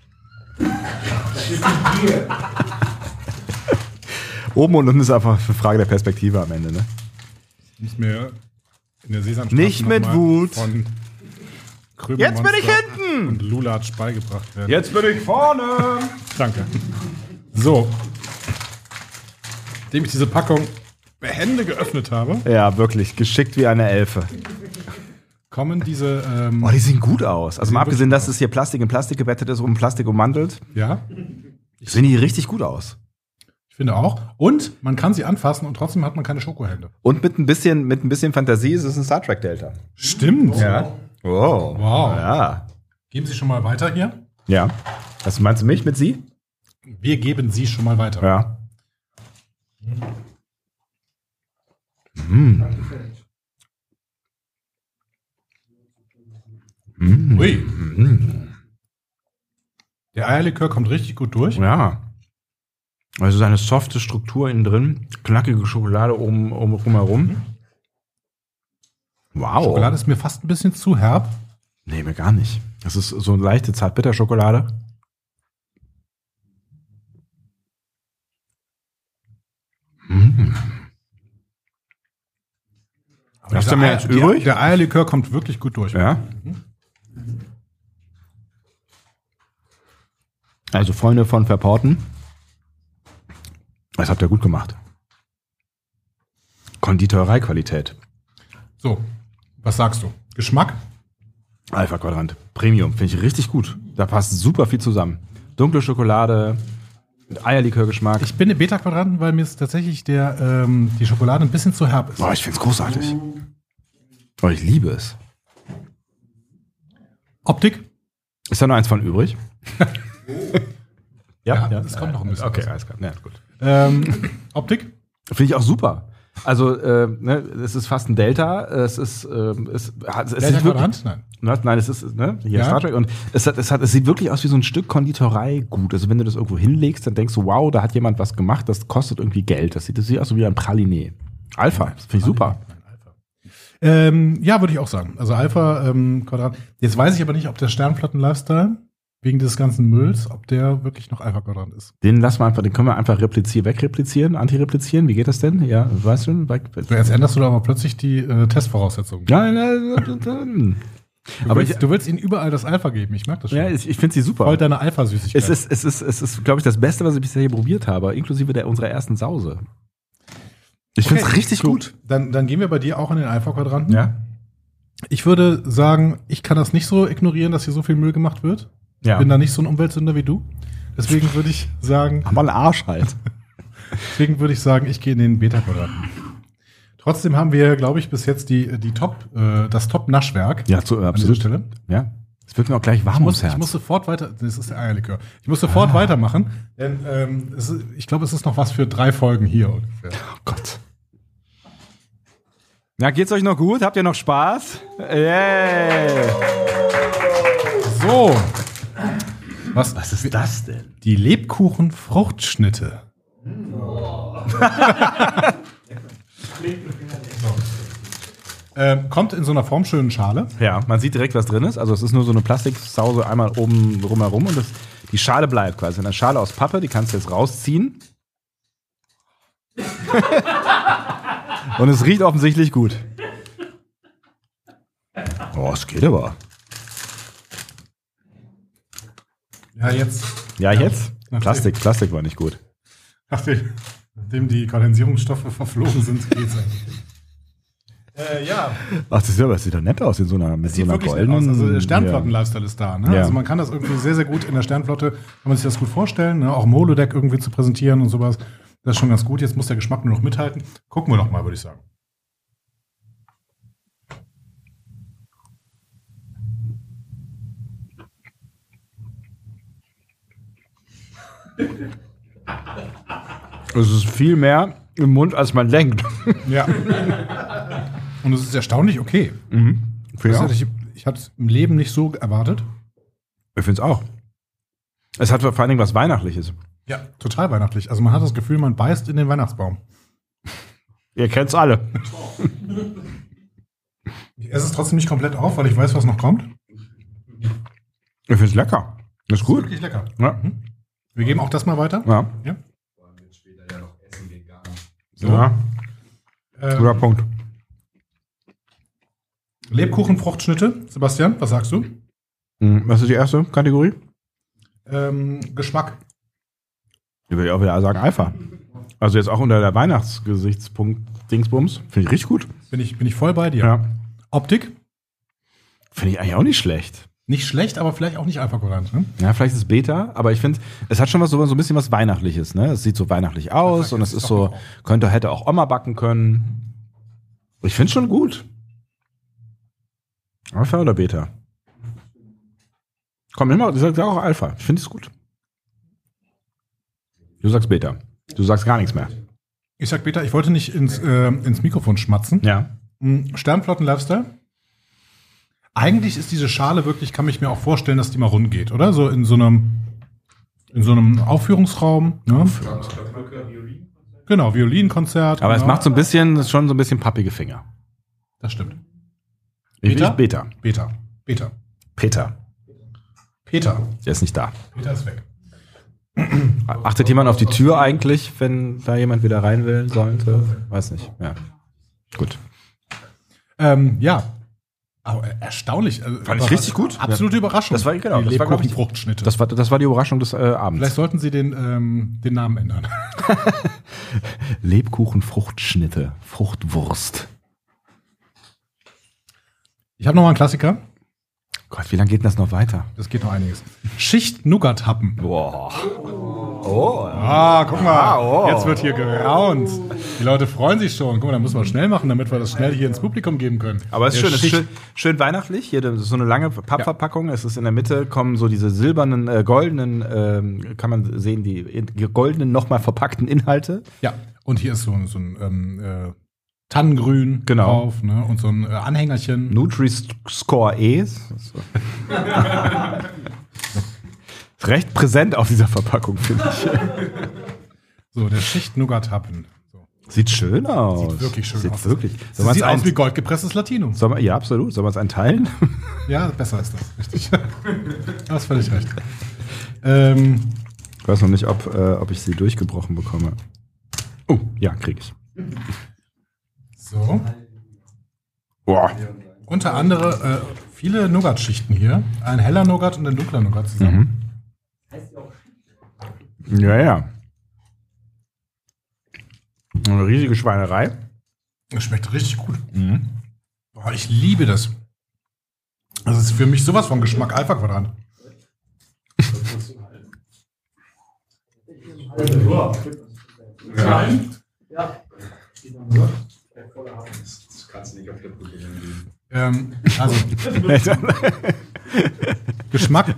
S3: Oben und unten ist einfach eine Frage der Perspektive am Ende, ne?
S2: Muss mir in der Sesamstraße
S3: Nicht mit
S2: noch mal
S3: Wut.
S2: Von
S3: Jetzt bin ich
S2: Krümelmonster
S3: hinten!
S2: und Lulatsch beigebracht werden.
S3: Jetzt bin ich vorne!
S2: Danke. So. Nachdem ich diese Packung behende geöffnet habe,
S3: Ja, wirklich, geschickt wie eine Elfe.
S2: kommen diese,
S3: Oh, die sehen gut aus. Also mal
S2: sehen
S3: abgesehen,
S2: wirklich
S3: dass es hier Plastik in Plastik gebettet ist, um Plastik ummantelt,
S2: ja,
S3: sehen die richtig gut aus.
S2: ich finde auch. Und man kann sie anfassen und trotzdem hat man keine Schokohände.
S3: Und mit ein bisschen Fantasie ist es ein Star Trek Delta.
S2: Stimmt.
S3: Oh.
S2: Wow.
S3: Ja.
S2: Geben Sie schon mal weiter hier.
S3: Ja. Was meinst du mich mit sie?
S2: Wir geben Sie schon mal weiter.
S3: Ja.
S2: Ui. Der Eierlikör kommt richtig gut durch.
S3: Ja. Also seine softe Struktur innen drin, knackige Schokolade rumherum. Wow.
S2: Schokolade ist mir fast ein bisschen zu herb.
S3: Nee, mir gar nicht. Das ist so eine leichte Zartbitterschokolade.
S2: Aber
S3: Hast
S2: dieser
S3: du mehr jetzt übrig?
S2: Der Eierlikör kommt wirklich gut durch.
S3: Ja. Also Freunde von Verporten, das habt ihr gut gemacht. Konditoreiqualität.
S2: So, was sagst du? Geschmack?
S3: Alpha Quadrant. Premium. Finde ich richtig gut. Da passt super viel zusammen. Dunkle Schokolade, mit Eierlikörgeschmack.
S2: Ich bin im Beta-Quadranten, weil mir ist tatsächlich die Schokolade ein bisschen zu herb ist.
S3: Boah, ich finde es großartig. Oh, ich liebe es.
S2: Optik?
S3: Ist da noch eins von übrig?
S2: Ja, es kommt noch ein bisschen
S3: Okay,
S2: was.
S3: alles klar. Ja, gut.
S2: Optik?
S3: Finde ich auch super. Also, es ist fast ein Delta. Es ist, es sieht wirklich,
S2: Quadrant? Nein.
S3: Nein, es ist, ne, hier
S2: Ja.
S3: Star Trek. Und es sieht wirklich aus wie so ein Stück Konditorei gut. Also, wenn du das irgendwo hinlegst, dann denkst du, wow, da hat jemand was gemacht, das kostet irgendwie Geld. Das sieht aus wie ein Praliné. Alpha, das finde ich super.
S2: Ja, würde ich auch sagen. Also Alpha Quadrant. Jetzt weiß ich aber nicht, ob der Sternflotten-Lifestyle wegen des ganzen Mülls, ob der wirklich noch Alpha Quadrant ist.
S3: Den können wir einfach wegreplizieren, antireplizieren. Wie geht das denn? Ja, weißt du?
S2: So, jetzt änderst du da aber plötzlich die Testvoraussetzungen.
S3: Nein. Aber
S2: Du willst ihnen überall das Alpha geben. Ich mag das schon.
S3: ja, ich finde sie super.
S2: Voll deine Alpha-Süßigkeit.
S3: Es ist, glaube ich, das Beste, was ich bisher hier probiert habe, inklusive unserer ersten Sause. Ich finde es richtig gut.
S2: Dann gehen wir bei dir auch in den Alpha-Quadranten.
S3: Ja.
S2: Ich würde sagen, ich kann das nicht so ignorieren, dass hier so viel Müll gemacht wird.
S3: Ja.
S2: Ich bin da nicht so ein Umweltsünder wie du. Deswegen würde ich sagen,
S3: Aber ein Arsch halt.
S2: ich gehe in den Beta-Quadranten. Trotzdem haben wir, glaube ich, bis jetzt das Top-Naschwerk
S3: Ja,
S2: an dieser
S3: absolut.
S2: Stelle.
S3: Ja. Es wird mir auch gleich warm ums
S2: Ich
S3: Herz.
S2: muss sofort weiter, das ist der Eierlikör. Ich muss sofort weitermachen, denn ich glaube, es ist noch was für 3 Folgen hier ungefähr.
S3: Oh Gott. Ja, geht's euch noch gut? Habt ihr noch Spaß? Yeah.
S2: So. Was
S3: ist das denn?
S2: Die Lebkuchen-Fruchtschnitte. Kommt in so einer formschönen Schale.
S3: Ja, man sieht direkt, was drin ist. Also es ist nur so eine Plastiksause einmal oben drumherum und die Schale bleibt quasi. Eine Schale aus Pappe, die kannst du jetzt rausziehen. Und es riecht offensichtlich gut. Oh, es geht aber.
S2: Ja, jetzt.
S3: Ja, jetzt? Plastik war nicht gut.
S2: Nachdem die Kondensierungsstoffe verflogen sind, geht's eigentlich. Ja.
S3: Ach, das sieht doch nett aus in so einer, mit so einer goldenen.
S2: Aus. Also der Sternflotten-Lifestyle ist da. Ne?
S3: Ja.
S2: Also man kann das irgendwie sehr, sehr gut in der Sternflotte, kann man sich das gut vorstellen, ne? Auch im Holodeck irgendwie zu präsentieren und sowas. Das ist schon ganz gut. Jetzt muss der Geschmack nur noch mithalten. Gucken wir doch mal, würde ich sagen.
S3: Es ist viel mehr im Mund, als man denkt.
S2: Ja. Und es ist erstaunlich okay. Ich hatte es im Leben nicht so erwartet.
S3: Ich finde es auch. Es hat vor allen Dingen was Weihnachtliches.
S2: Ja, total weihnachtlich. Also man hat das Gefühl, man beißt in den Weihnachtsbaum.
S3: Ihr kennt's alle.
S2: Ich esse es trotzdem nicht komplett auf, weil ich weiß, was noch kommt.
S3: Ich finde es lecker. Das ist gut.
S2: Wirklich lecker.
S3: Ja.
S2: Wir geben auch das mal weiter.
S3: Ja.
S2: Ja.
S3: So. Ja. Guter Punkt.
S2: Lebkuchenfruchtschnitte. Sebastian, was sagst du?
S3: Was ist die erste Kategorie?
S2: Geschmack.
S3: Ich würde auch wieder sagen Alpha. Also jetzt auch unter der Weihnachtsgesichtspunkt Dingsbums. Finde ich richtig gut.
S2: Bin ich voll bei dir.
S3: Ja.
S2: Optik.
S3: Finde ich eigentlich auch nicht schlecht.
S2: Nicht schlecht, aber vielleicht auch nicht Alpha-Quadrant. Ne?
S3: Ja, vielleicht ist es Beta, aber ich finde, es hat schon so ein bisschen was Weihnachtliches. Ne? Es sieht so weihnachtlich aus und es ist so, hätte auch Oma backen können. Ich finde es schon gut. Alpha oder Beta? Komm, ich sag auch Alpha. Ich finde es gut. Du sagst Beta. Du sagst gar nichts mehr.
S2: Ich sag Beta, ich wollte nicht ins Mikrofon schmatzen.
S3: Ja.
S2: Sternflotten-Lifestyle. Eigentlich ist diese Schale wirklich, kann ich mir auch vorstellen, dass die mal rund geht, oder? So in so einem Aufführungsraum. Ne? Genau, Violinkonzert.
S3: Aber
S2: genau.
S3: es macht schon so ein bisschen pappige Finger.
S2: Das stimmt.
S3: Beta?
S2: Beta.
S3: Peter. Der ist nicht da.
S2: Peter ist weg.
S3: Achtet jemand auf die Tür eigentlich, wenn da jemand wieder rein will, sollte? Weiß nicht. Ja. Gut.
S2: Ja. Aber erstaunlich.
S3: Fand ich richtig gut.
S2: Absolute Überraschung.
S3: Das war, genau,
S2: die
S3: das war, glaub ich,
S2: Lebkuchenfruchtschnitte.
S3: Das war die Überraschung des Abends.
S2: Vielleicht sollten Sie den Namen ändern.
S3: Lebkuchenfruchtschnitte. Fruchtwurst.
S2: Ich habe noch mal einen Klassiker.
S3: Gott, wie lange geht denn das noch weiter?
S2: Das geht noch einiges. Schicht-Nougat-Happen.
S3: Boah.
S2: Guck mal. Jetzt wird hier geraunt. Die Leute freuen sich schon. Guck mal, da müssen wir schnell machen, damit wir das schnell hier ins Publikum geben können.
S3: Aber es ist schön, es ist schön weihnachtlich. Hier ist so eine lange Pappverpackung. Ja. Es ist in der Mitte, kommen so diese silbernen, goldenen, kann man sehen, die goldenen, nochmal verpackten Inhalte.
S2: Ja, und hier ist so ein Tannengrün drauf, ne? Und so ein Anhängerchen.
S3: Nutri-Score E. Ist recht präsent auf dieser Verpackung, finde ich.
S2: So, der Schicht-Nougat-Happen. So.
S3: Sieht schön aus.
S2: Sieht wirklich schön aus.
S3: Wirklich.
S2: Sieht aus wie goldgepresstes Latinum.
S3: Ja, absolut. Soll man es einteilen?
S2: Ja, besser ist das. Richtig. Du hast völlig recht.
S3: Ich weiß noch nicht, ob ich sie durchgebrochen bekomme. Oh, ja, krieg ich.
S2: So.
S3: Boah.
S2: Unter anderem viele Nougat-Schichten hier. Ein heller Nougat und ein dunkler Nougat zusammen.
S3: Ja. Eine riesige Schweinerei.
S2: Das schmeckt richtig gut. Boah, ich liebe das. Das ist für mich sowas von Geschmack Alpha-Quadrant.
S6: Das kannst du nicht auf der Brücke geben.
S2: Also Geschmack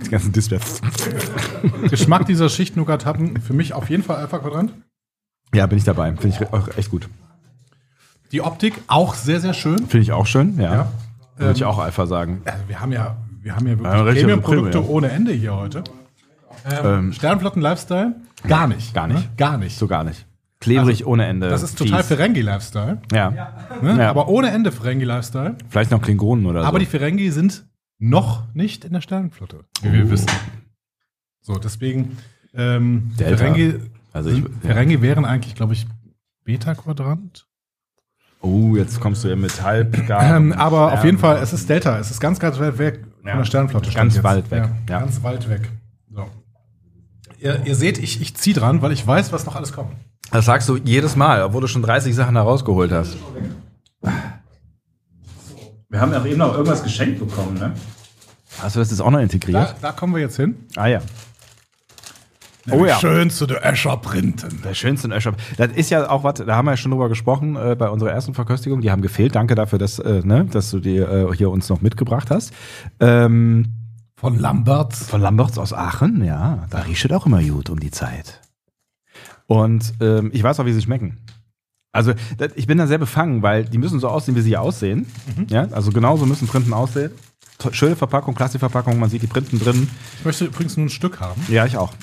S2: dieser Schicht-Nougat-Happen für mich auf jeden Fall Alpha-Quadrant.
S3: Ja, bin ich dabei. Finde ich auch echt gut.
S2: Die Optik auch sehr, sehr schön.
S3: Finde ich auch schön, ja. Würde ich auch Alpha sagen.
S2: Also wir haben ja wirklich Premium-Produkte ohne Ende hier heute. Sternflotten-Lifestyle? Gar nicht.
S3: Gar nicht.
S2: Ne? Gar nicht.
S3: So gar nicht. Klebrig ohne Ende.
S2: Das ist total
S3: fies.
S2: Ferengi-Lifestyle.
S3: Ja.
S2: Ne?
S3: Ja.
S2: Aber ohne Ende Ferengi-Lifestyle.
S3: Vielleicht noch Klingonen oder so.
S2: Aber die Ferengi sind noch nicht in der Sternenflotte, wie wir wissen. So, deswegen
S3: Delta.
S2: Ferengi wären eigentlich, glaube ich, Beta-Quadrant.
S3: Jetzt kommst du ja mit halb.
S2: Aber auf jeden Fall, es ist Delta. Es ist ganz, ganz weit weg von der Sternenflotte.
S3: Ganz
S2: stand
S3: weit
S2: jetzt.
S3: weg.
S2: Ja,
S3: Ja.
S2: ganz weit weg. So. Ihr seht, ich ziehe dran, weil ich weiß, was noch alles kommt.
S3: Das sagst du jedes Mal, obwohl du schon 30 Sachen da rausgeholt hast. Wir haben ja eben noch irgendwas geschenkt bekommen, ne? Hast du das jetzt auch noch integriert?
S2: Da kommen wir jetzt hin.
S3: Ah ja.
S2: Schön zu der Escher Printen.
S3: Der schönste Escher. Das ist ja auch was, da haben wir ja schon drüber gesprochen bei unserer ersten Verköstigung. Die haben gefehlt. Danke dafür, dass du die hier uns noch mitgebracht hast.
S2: Von Lamberts.
S3: Von Lamberts aus Aachen, ja. Da riecht es auch immer gut um die Zeit. Und ich weiß auch, wie sie schmecken. Also ich bin da sehr befangen, weil die müssen so aussehen, wie sie hier aussehen. Ja, also genauso müssen Printen aussehen. Schöne Verpackung, Plastikverpackung, man sieht die Printen drin.
S2: Ich möchte übrigens nur ein Stück haben.
S3: Ja, ich auch.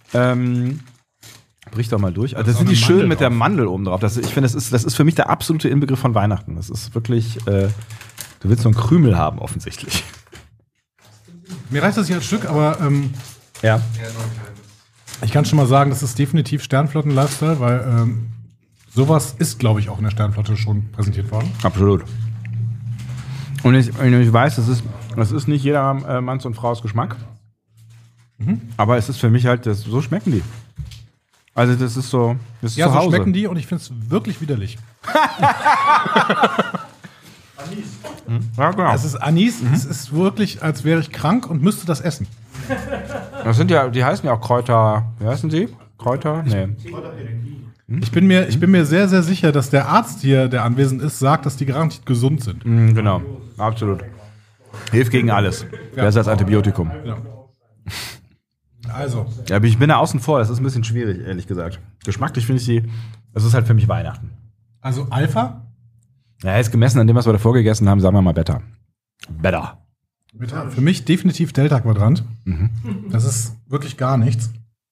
S3: Brich doch mal durch. Also das
S2: ist
S3: sind
S2: auch
S3: die
S2: eine
S3: schön
S2: Mandel
S3: mit der
S2: drauf.
S3: Mandel oben drauf. Ich finde, das ist für mich der absolute Inbegriff von Weihnachten. Das ist wirklich, du willst so einen Krümel haben, offensichtlich.
S2: Mir reicht das hier als Stück, aber
S3: Ja.
S2: ich kann schon mal sagen, das ist definitiv Sternflotten-Lifestyle, weil sowas ist, glaube ich, auch in der Sternflotte schon präsentiert worden.
S3: Absolut. Und ich weiß, das ist nicht jeder Manns und Frau's Geschmack. Aber es ist für mich halt, so schmecken die. Also das ist so, das ist
S2: Ja,
S3: zu
S2: so
S3: Hause.
S2: schmecken die und ich finde es wirklich widerlich.
S3: Ja, genau.
S2: Es ist Anis, es ist wirklich, als wäre ich krank und müsste das essen.
S3: Das sind ja, die heißen ja auch Kräuter, wie heißen die? Kräuter? Nee.
S2: Ich bin mir sehr, sehr sicher, dass der Arzt hier, der anwesend ist, sagt, dass die garantiert gesund sind.
S3: Genau, absolut. Hilft gegen alles. Besser als Antibiotikum.
S2: Ja. Also,
S3: Ja, aber ich bin da außen vor, das ist ein bisschen schwierig, ehrlich gesagt. Geschmacklich finde ich das ist halt für mich Weihnachten.
S2: also Alpha,
S3: Ja, jetzt gemessen an dem, was wir davor gegessen haben, sagen wir mal Better. Better.
S2: für mich definitiv Delta-Quadrant. Das ist wirklich gar nichts.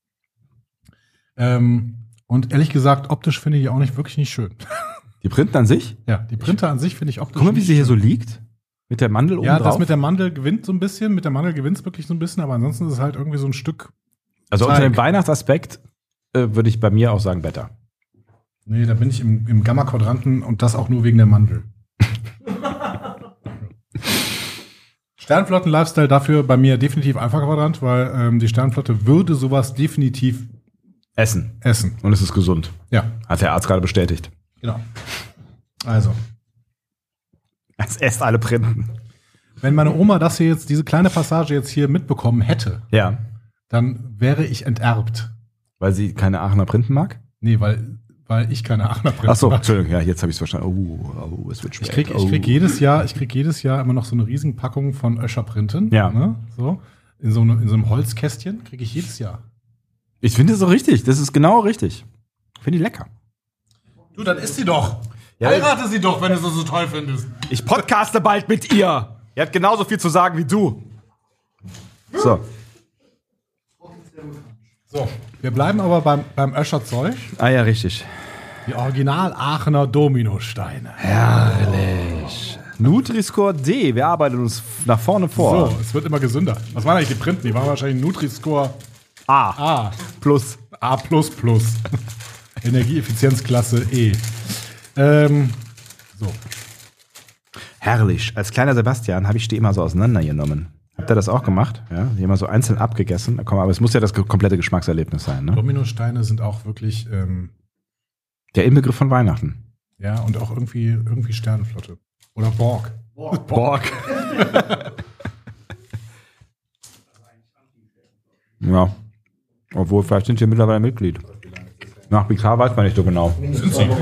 S2: Und ehrlich gesagt, optisch finde ich die auch wirklich nicht schön.
S3: Die Printen an sich?
S2: Ja, die Printer an sich finde ich optisch
S3: Guck mal, wie
S2: nicht
S3: sie hier
S2: schön.
S3: so liegt. Mit der Mandel oben
S2: Ja,
S3: drauf.
S2: das mit der Mandel gewinnt so ein bisschen. Mit der Mandel gewinnt es wirklich so ein bisschen, aber ansonsten ist es halt irgendwie so ein Stück.
S3: Also unter
S2: Teig.
S3: dem Weihnachtsaspekt würde ich bei mir auch sagen Better.
S2: Nee, da bin ich im Gamma-Quadranten und das auch nur wegen der Mandel. Sternflotten-Lifestyle dafür bei mir definitiv Alpha-Quadrant, weil die Sternflotte würde sowas definitiv
S3: Essen.
S2: essen.
S3: Und es ist gesund.
S2: Ja,
S3: Hat der Arzt gerade bestätigt.
S2: genau. Also,
S3: Es esst alle Printen.
S2: wenn meine Oma das hier jetzt, diese kleine Passage jetzt hier mitbekommen hätte,
S3: Ja.
S2: dann wäre ich enterbt.
S3: Weil sie keine Aachener Printen mag?
S2: Nee, weil ich keine Aachener Prinzen
S3: Ach so,
S2: mag.
S3: Entschuldigung. Ja, jetzt habe ich es verstanden. Oh, es wird schwer.
S2: Ich krieg jedes Jahr immer noch so eine riesen Packung von Öscher Printen.
S3: Ja.
S2: Ne? So. In so einem Holzkästchen kriege ich jedes Jahr.
S3: Ich finde es so richtig. Das ist genau richtig. Finde ich lecker.
S2: Du, dann isst sie doch.
S3: Ja,
S2: Heirate sie doch, wenn du sie so toll findest.
S3: Ich podcaste bald mit ihr. Ihr habt genauso viel zu sagen wie du. So.
S2: So, wir bleiben aber beim Öscher Zeug.
S3: Ah ja, richtig.
S2: Die Original Aachener Dominosteine.
S3: Herrlich. Nutri-Score D. Wir arbeiten uns nach vorne vor.
S2: So, es wird immer gesünder. Was waren eigentlich die Printen? Die waren wahrscheinlich Nutri-Score
S3: A.
S2: A.
S3: Plus.
S2: A++. Energieeffizienzklasse E. So.
S3: Herrlich. Als kleiner Sebastian habe ich die immer so auseinandergenommen. Habt ihr das auch gemacht? Ja, die immer so einzeln abgegessen. Komm, aber es muss ja das komplette Geschmackserlebnis sein, ne?
S2: Dominosteine sind auch wirklich,
S3: Der Inbegriff von Weihnachten.
S2: ja, und auch irgendwie Sternenflotte. Oder Borg.
S3: Borg. Ja. Obwohl, vielleicht sind sie mittlerweile Mitglied. Nach BK weiß man nicht so genau.
S2: Sind sie?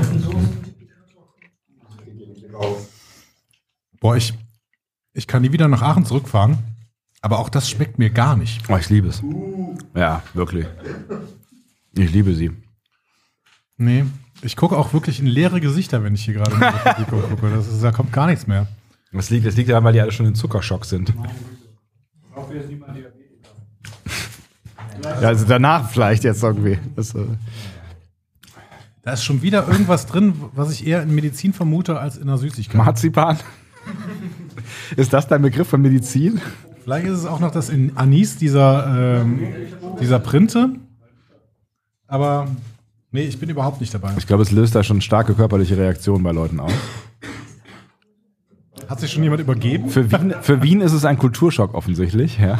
S2: Boah, ich kann nie wieder nach Aachen zurückfahren, aber auch das schmeckt mir gar nicht.
S3: Oh, ich liebe es. Ja, wirklich. Ich liebe sie.
S2: Nee, ich gucke auch wirklich in leere Gesichter, wenn ich hier gerade in der Publikum gucke. Da kommt gar nichts mehr.
S3: Das liegt daran, weil die alle schon in Zuckerschock sind. Ja, also danach vielleicht jetzt irgendwie. Das,
S2: Da ist schon wieder irgendwas drin, was ich eher in Medizin vermute als in einer Süßigkeit.
S3: Marzipan. Ist das dein Begriff von Medizin?
S2: Vielleicht ist es auch noch das in Anis dieser Printe. Aber nee, ich bin überhaupt nicht dabei.
S3: Ich glaube, es löst da schon starke körperliche Reaktionen bei Leuten aus.
S2: Hat sich schon jemand übergeben?
S3: Für Wien ist es ein Kulturschock offensichtlich. Ja.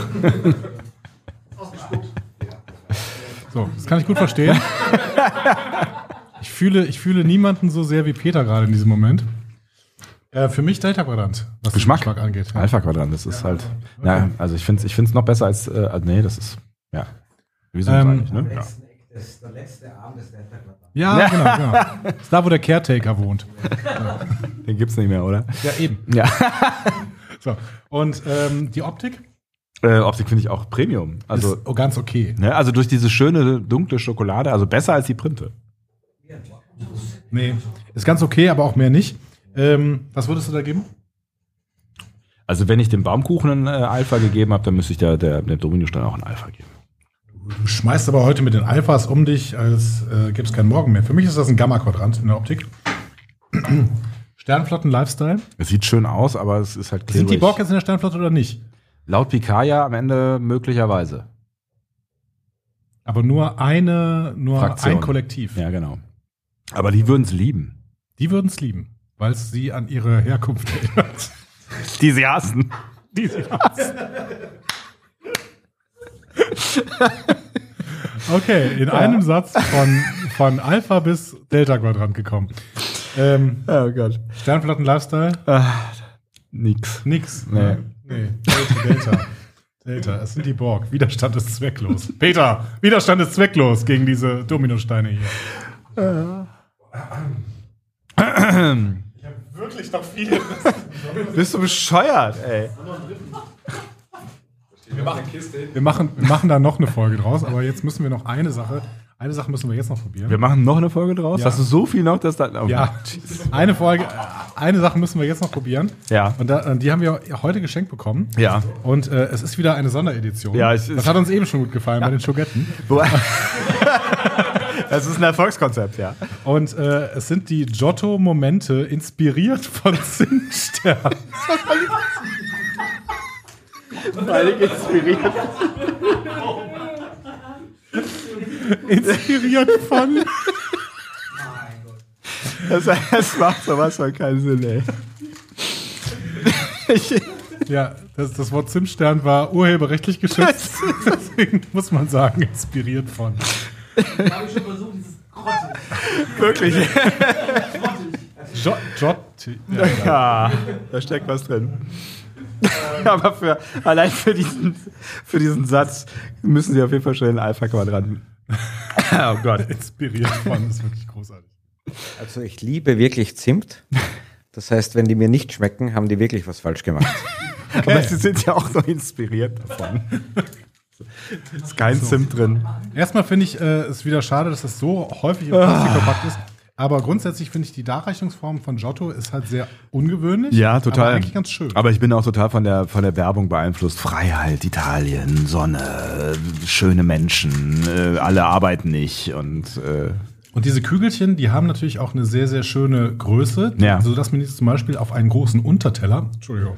S2: So, das kann ich gut verstehen. Ich fühle niemanden so sehr wie Peter gerade in diesem Moment. Für mich Delta-Quadrant, was
S3: Geschmack
S2: den angeht. Ja.
S3: Alpha-Quadrant, das ist halt. Okay. Ja, also ich finde es noch besser als. Nee, das ist. Ja. Wie sind eigentlich, ne? Ja.
S5: Das ist der letzte Arm des Delta-Quadranten.
S2: Ja, genau. Das ist da, wo der Caretaker wohnt.
S3: Den gibt's nicht mehr, oder?
S2: Ja, eben.
S3: Ja.
S2: So. Und die Optik?
S3: Optik finde ich auch Premium. Also
S2: ist ganz okay.
S3: Ne, also durch diese schöne, dunkle Schokolade, also besser als die Printe.
S2: Nee, ist ganz okay, aber auch mehr nicht. Was würdest du da geben?
S3: Also wenn ich dem Baumkuchen ein Alpha gegeben habe, dann müsste ich der Dominostein auch ein Alpha geben.
S2: Du schmeißt aber heute mit den Alphas um dich, als gäbe es keinen Morgen mehr. Für mich ist das ein Gamma-Quadrant in der Optik. Sternflotten-Lifestyle.
S3: Es sieht schön aus, aber es ist halt klebrig.
S2: Sind die Borg jetzt in der Sternflotte oder nicht?
S3: Laut Picard ja am Ende möglicherweise.
S2: Aber nur
S3: Fraktion.
S2: ein Kollektiv.
S3: Ja, genau. Aber die würden es lieben.
S2: Die würden es lieben, weil es sie an ihre Herkunft erinnert.
S3: Die sie hassen.
S2: Die sie hassen. Okay, in einem Satz von Alpha bis Delta-Quadrant gekommen.
S3: Oh Gott.
S2: Sternflotten-Lifestyle?
S3: Nix.
S2: Nix.
S3: Nee.
S2: Delta, es sind die Borg. Widerstand ist zwecklos. Peter, Widerstand ist zwecklos gegen diese Dominosteine hier. Ich habe wirklich noch viele.
S3: Bist du bescheuert, ey?
S2: Wir machen da noch eine Folge draus, aber jetzt müssen wir noch eine Sache müssen wir jetzt noch probieren.
S3: Wir machen noch eine Folge draus?
S2: Ja.
S3: Hast du so viel noch, dass da... Oh,
S2: Ja, eine Sache müssen wir jetzt noch probieren.
S3: Ja.
S2: Und die haben wir heute geschenkt bekommen.
S3: Ja.
S2: Und es ist wieder eine Sonderedition.
S3: Ja,
S2: das hat uns eben schon gut gefallen bei den Schogetten.
S3: Das ist ein Erfolgskonzept, ja.
S2: Und es sind die Giotto-Momente inspiriert von Zimtstern. Inspiriert von.
S3: Das macht sowas von keinen Sinn, ey.
S2: Ja, das Wort Zimtstern war urheberrechtlich geschützt. Deswegen muss man sagen, inspiriert von.
S7: Da habe ich schon versucht, dieses Grotte.
S3: Wirklich.
S2: Ja.
S3: Da steckt was drin. Aber allein für diesen Satz müssen sie auf jeden Fall schon den Alpha-Quadranten. Oh Gott.
S2: Inspiriert von, ist wirklich großartig.
S5: Also ich liebe wirklich Zimt. Das heißt, wenn die mir nicht schmecken, haben die wirklich was falsch gemacht.
S3: Okay. Aber sie sind ja auch noch inspiriert davon. Ist kein Zimt drin.
S2: Erstmal finde ich es wieder schade, dass das so häufig in Plastik verpackt ist. Aber grundsätzlich finde ich, die Darreichungsform von Giotto ist halt sehr ungewöhnlich.
S3: Ja, total.
S2: Aber eigentlich ganz schön.
S3: Aber ich bin auch total von der Werbung beeinflusst. Freiheit, Italien, Sonne, schöne Menschen, alle arbeiten nicht und
S2: diese Kügelchen, die haben natürlich auch eine sehr, sehr schöne Größe,
S3: ja.
S2: sodass man jetzt zum Beispiel auf einen großen Unterteller, Entschuldigung,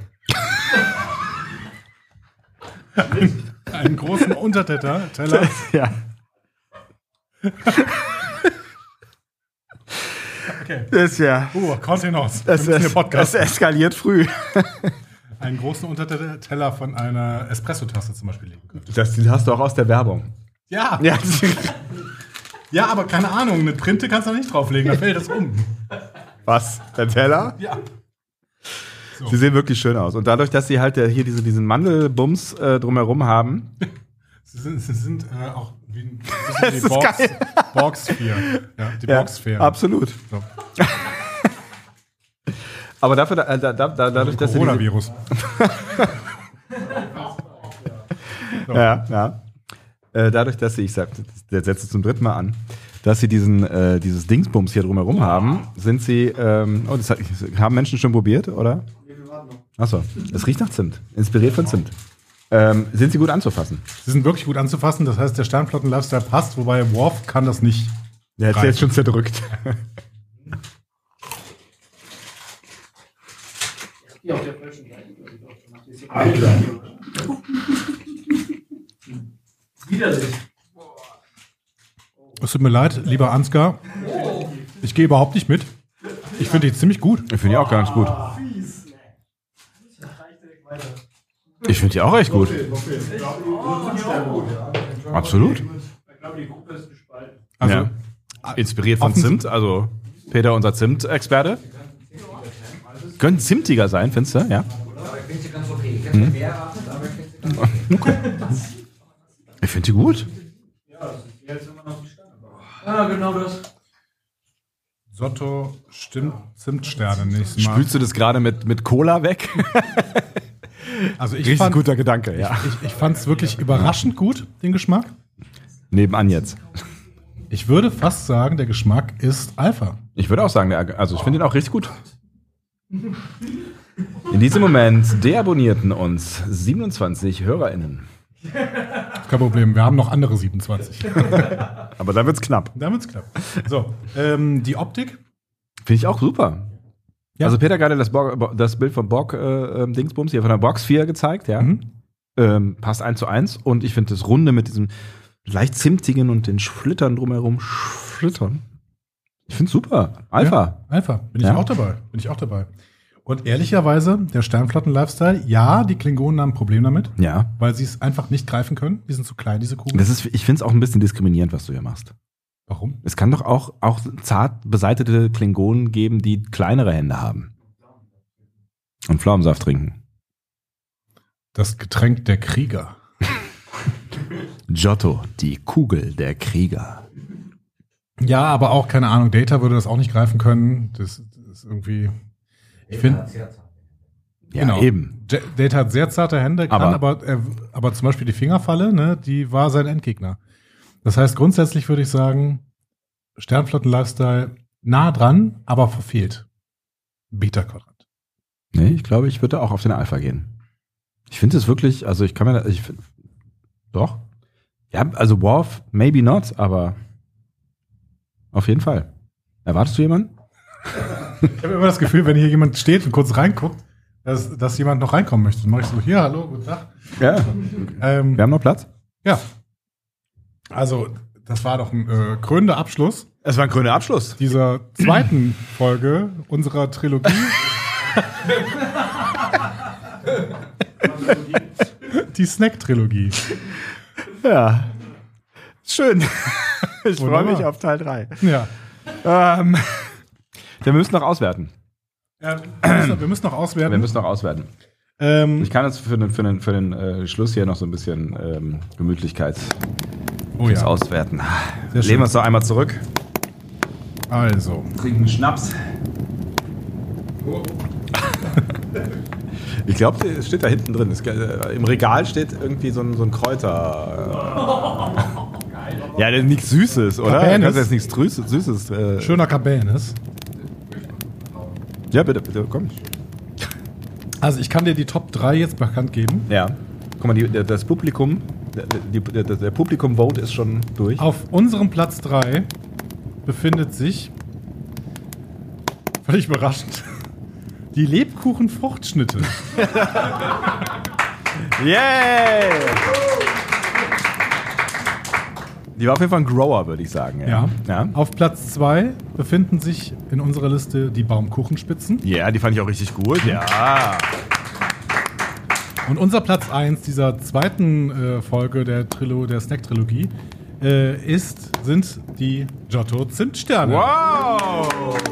S2: einen großen Unterteller,
S3: ja.
S2: Okay.
S3: Das ist ja.
S2: Kontenance.
S3: Es eskaliert früh.
S2: Einen großen Unterteller von einer Espresso-Tasse zum Beispiel legen könnte.
S3: Das hast du auch aus der Werbung.
S2: Ja.
S3: Ja,
S2: Ja, aber keine Ahnung, eine Printe kannst du da nicht drauflegen, da fällt das um.
S3: was? Der Teller?
S2: Ja. So.
S3: Sie sehen wirklich schön aus. Und dadurch, dass sie halt hier diesen Mandelbums drumherum haben.
S2: Sie sind auch wie ein
S3: Das
S2: bisschen
S3: ist
S2: Borg-Sphäre. Ja, die Borg-Sphäre.
S3: Absolut.
S2: So.
S3: Aber dafür, dadurch, dass sie
S2: Coronavirus. So.
S3: Ja. Dadurch, dass sie, der setzt es zum dritten Mal an, dass sie dieses Dingsbums hier drumherum haben, sind sie, das haben Menschen schon probiert, oder?
S7: Wir warten noch.
S3: Achso, es riecht nach Zimt, inspiriert von Zimt. Sind sie gut anzufassen?
S2: Sie sind wirklich gut anzufassen, das heißt, der Sternflotten-Lifestyle passt, wobei Worf kann das nicht.
S3: Der hat jetzt schon zerdrückt.
S7: Hier auf der falschen Seite. Widerlich.
S2: Es tut mir leid, lieber Ansgar. Ich gehe überhaupt nicht mit. Ich finde die ziemlich gut.
S3: Ich finde die auch ganz gut. Ich finde die auch echt gut. Absolut.
S7: Ich glaube, die Gruppe ist gespalten.
S2: Also,
S3: Ja. Inspiriert von Zimt, also Peter, unser Zimt-Experte. Könnte zimtiger sein, findest du? Ja.
S5: Aber ich finde sie ganz okay. Ich hätte mehr erwartet, aber ich finde sie ganz
S3: Ich finde die gut.
S7: Ja, genau das.
S2: Sotto stimmt Zimtsterne nächstes Mal.
S3: Spülst du das gerade mit Cola weg?
S2: Also ich
S3: Richtig
S2: fand,
S3: guter Gedanke, ja.
S2: ich fand es wirklich überraschend gut, den Geschmack.
S3: Nebenan jetzt.
S2: Ich würde fast sagen, der Geschmack ist Alpha.
S3: Ich würde auch sagen, also ich finde ihn auch richtig gut. In diesem Moment deabonnierten uns 27 HörerInnen.
S2: Kein Problem, wir haben noch andere 27.
S3: Aber da wird's knapp.
S2: Damit's knapp. So, die Optik.
S3: Finde ich auch super.
S2: Ja.
S3: Also Peter gerade das Bild von Borg Dingsbums hier von der Box 4 gezeigt, ja. Passt 1:1 und ich finde das Runde mit diesem leicht zimtigen und den Schlittern drumherum. Schlittern. Ich finde super. Alpha.
S2: Ja, Alpha. Bin ich
S3: Ja.
S2: auch dabei. Und ehrlicherweise, der Sternflotten-Lifestyle, ja, die Klingonen haben ein Problem damit,
S3: Ja.
S2: weil sie es einfach nicht greifen können. Die sind zu klein, diese Kugeln.
S3: Ich finde es auch ein bisschen diskriminierend, was du hier machst.
S2: Warum?
S3: Es kann doch auch zart beseitete Klingonen geben, die kleinere Hände haben. Und Pflaumensaft trinken.
S2: Das Getränk der Krieger.
S3: Giotto, die Kugel der Krieger.
S2: Ja, aber auch, keine Ahnung, Data würde das auch nicht greifen können. Das ist irgendwie. Ich finde.
S3: Ja,
S2: Genau.
S3: eben.
S2: Data hat sehr zarte Hände, kann aber zum Beispiel die Fingerfalle, ne, die war sein Endgegner. Das heißt, grundsätzlich würde ich sagen, Sternflotten-Lifestyle nah dran, aber verfehlt. Beta-Quadrant.
S3: Nee, ich glaube, ich würde auch auf den Alpha gehen. Ich finde es wirklich, also doch. Ja, also Worf, maybe not, aber auf jeden Fall. Erwartest du jemanden?
S2: Ich habe immer das Gefühl, wenn hier jemand steht und kurz reinguckt, dass jemand noch reinkommen möchte. Dann mache ich so, hier, hallo, guten Tag.
S3: Ja. Wir haben noch Platz?
S2: Ja. Also, das war doch ein krönender Abschluss
S3: Es war ein grüner Abschluss.
S2: dieser zweiten Folge unserer Trilogie. Die Snack-Trilogie.
S3: Ja. Schön. Ich freue
S2: Wunderbar.
S3: mich auf Teil 3.
S2: Ja.
S3: Wir müssen noch auswerten.
S2: Wir müssen noch auswerten.
S3: Ich kann jetzt für den Schluss hier noch so ein bisschen Gemütlichkeit auswerten.
S2: Sehr schön.
S3: Lehnen wir uns doch einmal zurück.
S2: Also,
S3: Trinken Schnaps. Ich glaube, es steht da hinten drin. Im Regal steht irgendwie so ein Kräuter. Ja, das ist nichts Süßes, oder?
S2: Cabernet.
S3: Das ist jetzt nichts Süßes.
S2: schöner Cabernet.
S3: Ja, bitte, komm.
S2: Also, ich kann dir die Top 3 jetzt bekannt geben.
S3: Ja. Guck mal, das Publikum, der Publikum-Vote ist schon durch.
S2: Auf unserem Platz 3 befindet sich, völlig überraschend, die Lebkuchen-Fruchtschnitte.
S3: Yay! Die war auf jeden Fall ein Grower, würde ich sagen.
S2: Ja.
S3: Ja,
S2: Auf Platz 2 befinden sich in unserer Liste die Baumkuchenspitzen.
S3: ja, die fand ich auch richtig gut. Ja.
S2: Und unser Platz 1 dieser zweiten Folge der Snack-Trilogie sind die Giotto Zimtsterne.
S3: Wow!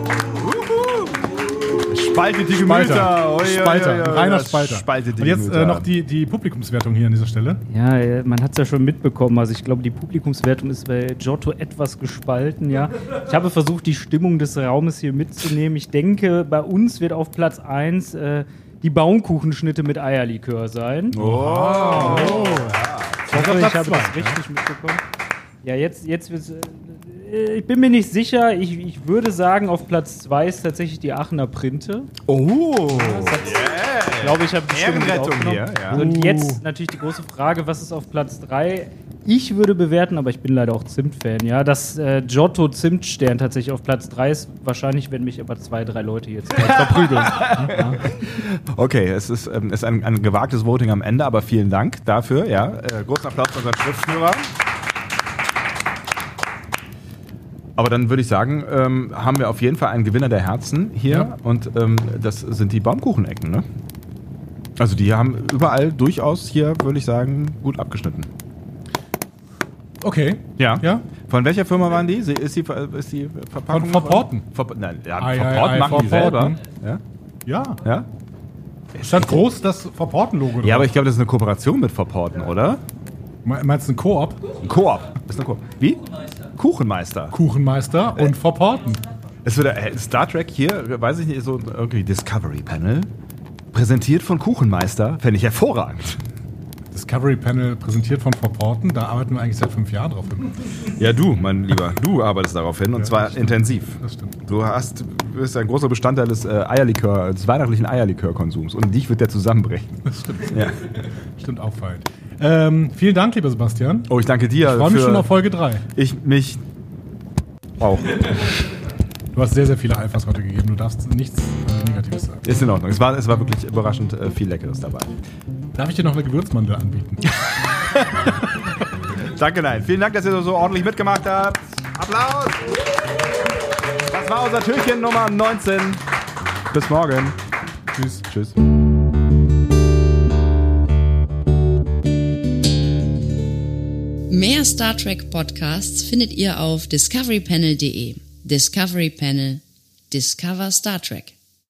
S3: Spaltet die
S2: Spalter.
S3: Gemüter.
S2: Spalter. Reiner Spalter.
S3: Spaltet die
S2: Und jetzt
S3: Gemüter.
S2: noch die Publikumswertung hier an dieser Stelle.
S4: Ja, man hat es ja schon mitbekommen. Also ich glaube, die Publikumswertung ist bei Giotto etwas gespalten, ja. Ich habe versucht, die Stimmung des Raumes hier mitzunehmen. Ich denke, bei uns wird auf Platz 1 die Baumkuchenschnitte mit Eierlikör sein.
S3: Oh.
S4: Ich hoffe, ich habe das richtig mitbekommen. Ja, jetzt wird's. Ich bin mir nicht sicher. Ich würde sagen, auf Platz 2 ist tatsächlich die Aachener Printe.
S3: Oh.
S4: Ich glaube, ich habe die Stimmung
S3: Ehrenrettung
S4: aufgenommen.
S3: hier, ja.
S4: Und jetzt natürlich die große Frage, was ist auf Platz 3? Ich würde bewerten, aber ich bin leider auch Zimt-Fan, ja, dass Giotto Zimtstern tatsächlich auf Platz 3 ist. Wahrscheinlich werden mich aber 2, 3 Leute jetzt verprügeln. Ja.
S3: Okay, es ist ein gewagtes Voting am Ende, aber vielen Dank dafür. Ja, großen Applaus für unseren Schriftführer. Aber dann würde ich sagen, haben wir auf jeden Fall einen Gewinner der Herzen hier.
S2: Ja.
S3: Und das sind die Baumkuchenecken, ne? Also die haben überall durchaus hier, würde ich sagen, gut abgeschnitten.
S2: Okay.
S3: Ja.
S2: Ja?
S3: Von welcher Firma waren die? Ist die Verpackung?
S2: Von Verporten.
S3: Nein, ja,
S2: Ei,
S3: Verporten
S2: ei,
S3: machen die
S2: Verporten.
S3: selber. Ja?
S2: Ja.
S3: Ja?
S2: Stand groß das Verporten-Logo drauf.
S3: Ja, aber ich glaube, das ist eine Kooperation mit Verporten, oder?
S2: Meinst du ein Koop?
S3: Ein Koop. Das ist eine Koop. Wie? Kuchenmeister.
S2: Kuchenmeister und Verporten.
S3: Es wird Star Trek hier, weiß ich nicht, so irgendwie Discovery Panel. Präsentiert von Kuchenmeister. Fände ich hervorragend.
S2: Discovery Panel präsentiert von Verporten. Da arbeiten wir eigentlich seit 5 Jahren drauf hin.
S3: Ja, du, mein Lieber, du arbeitest darauf hin und zwar
S2: das stimmt.
S3: intensiv.
S2: Das stimmt.
S3: Du bist ein großer Bestandteil des Eierlikör, des weihnachtlichen Eierlikörkonsums. Und dich wird der zusammenbrechen.
S2: Das stimmt.
S3: Ja.
S2: Stimmt auffallend. Vielen Dank, lieber Sebastian.
S3: Oh, ich danke dir.
S2: Ich freue mich schon auf Folge 3.
S3: Mich auch.
S2: Du hast sehr, sehr viele Alphas heute gegeben. Du darfst nichts Negatives sagen.
S3: Ist in Ordnung. Es war wirklich überraschend viel Leckeres dabei.
S2: Darf ich dir noch eine Gewürzmandel anbieten?
S3: Danke, nein. Vielen Dank, dass ihr so ordentlich mitgemacht habt. Applaus! Das war unser Türchen Nummer 19. Bis morgen.
S2: Tschüss.
S3: Tschüss.
S1: Mehr Star Trek Podcasts findet ihr auf discoverypanel.de. Discovery Panel. Discover Star Trek.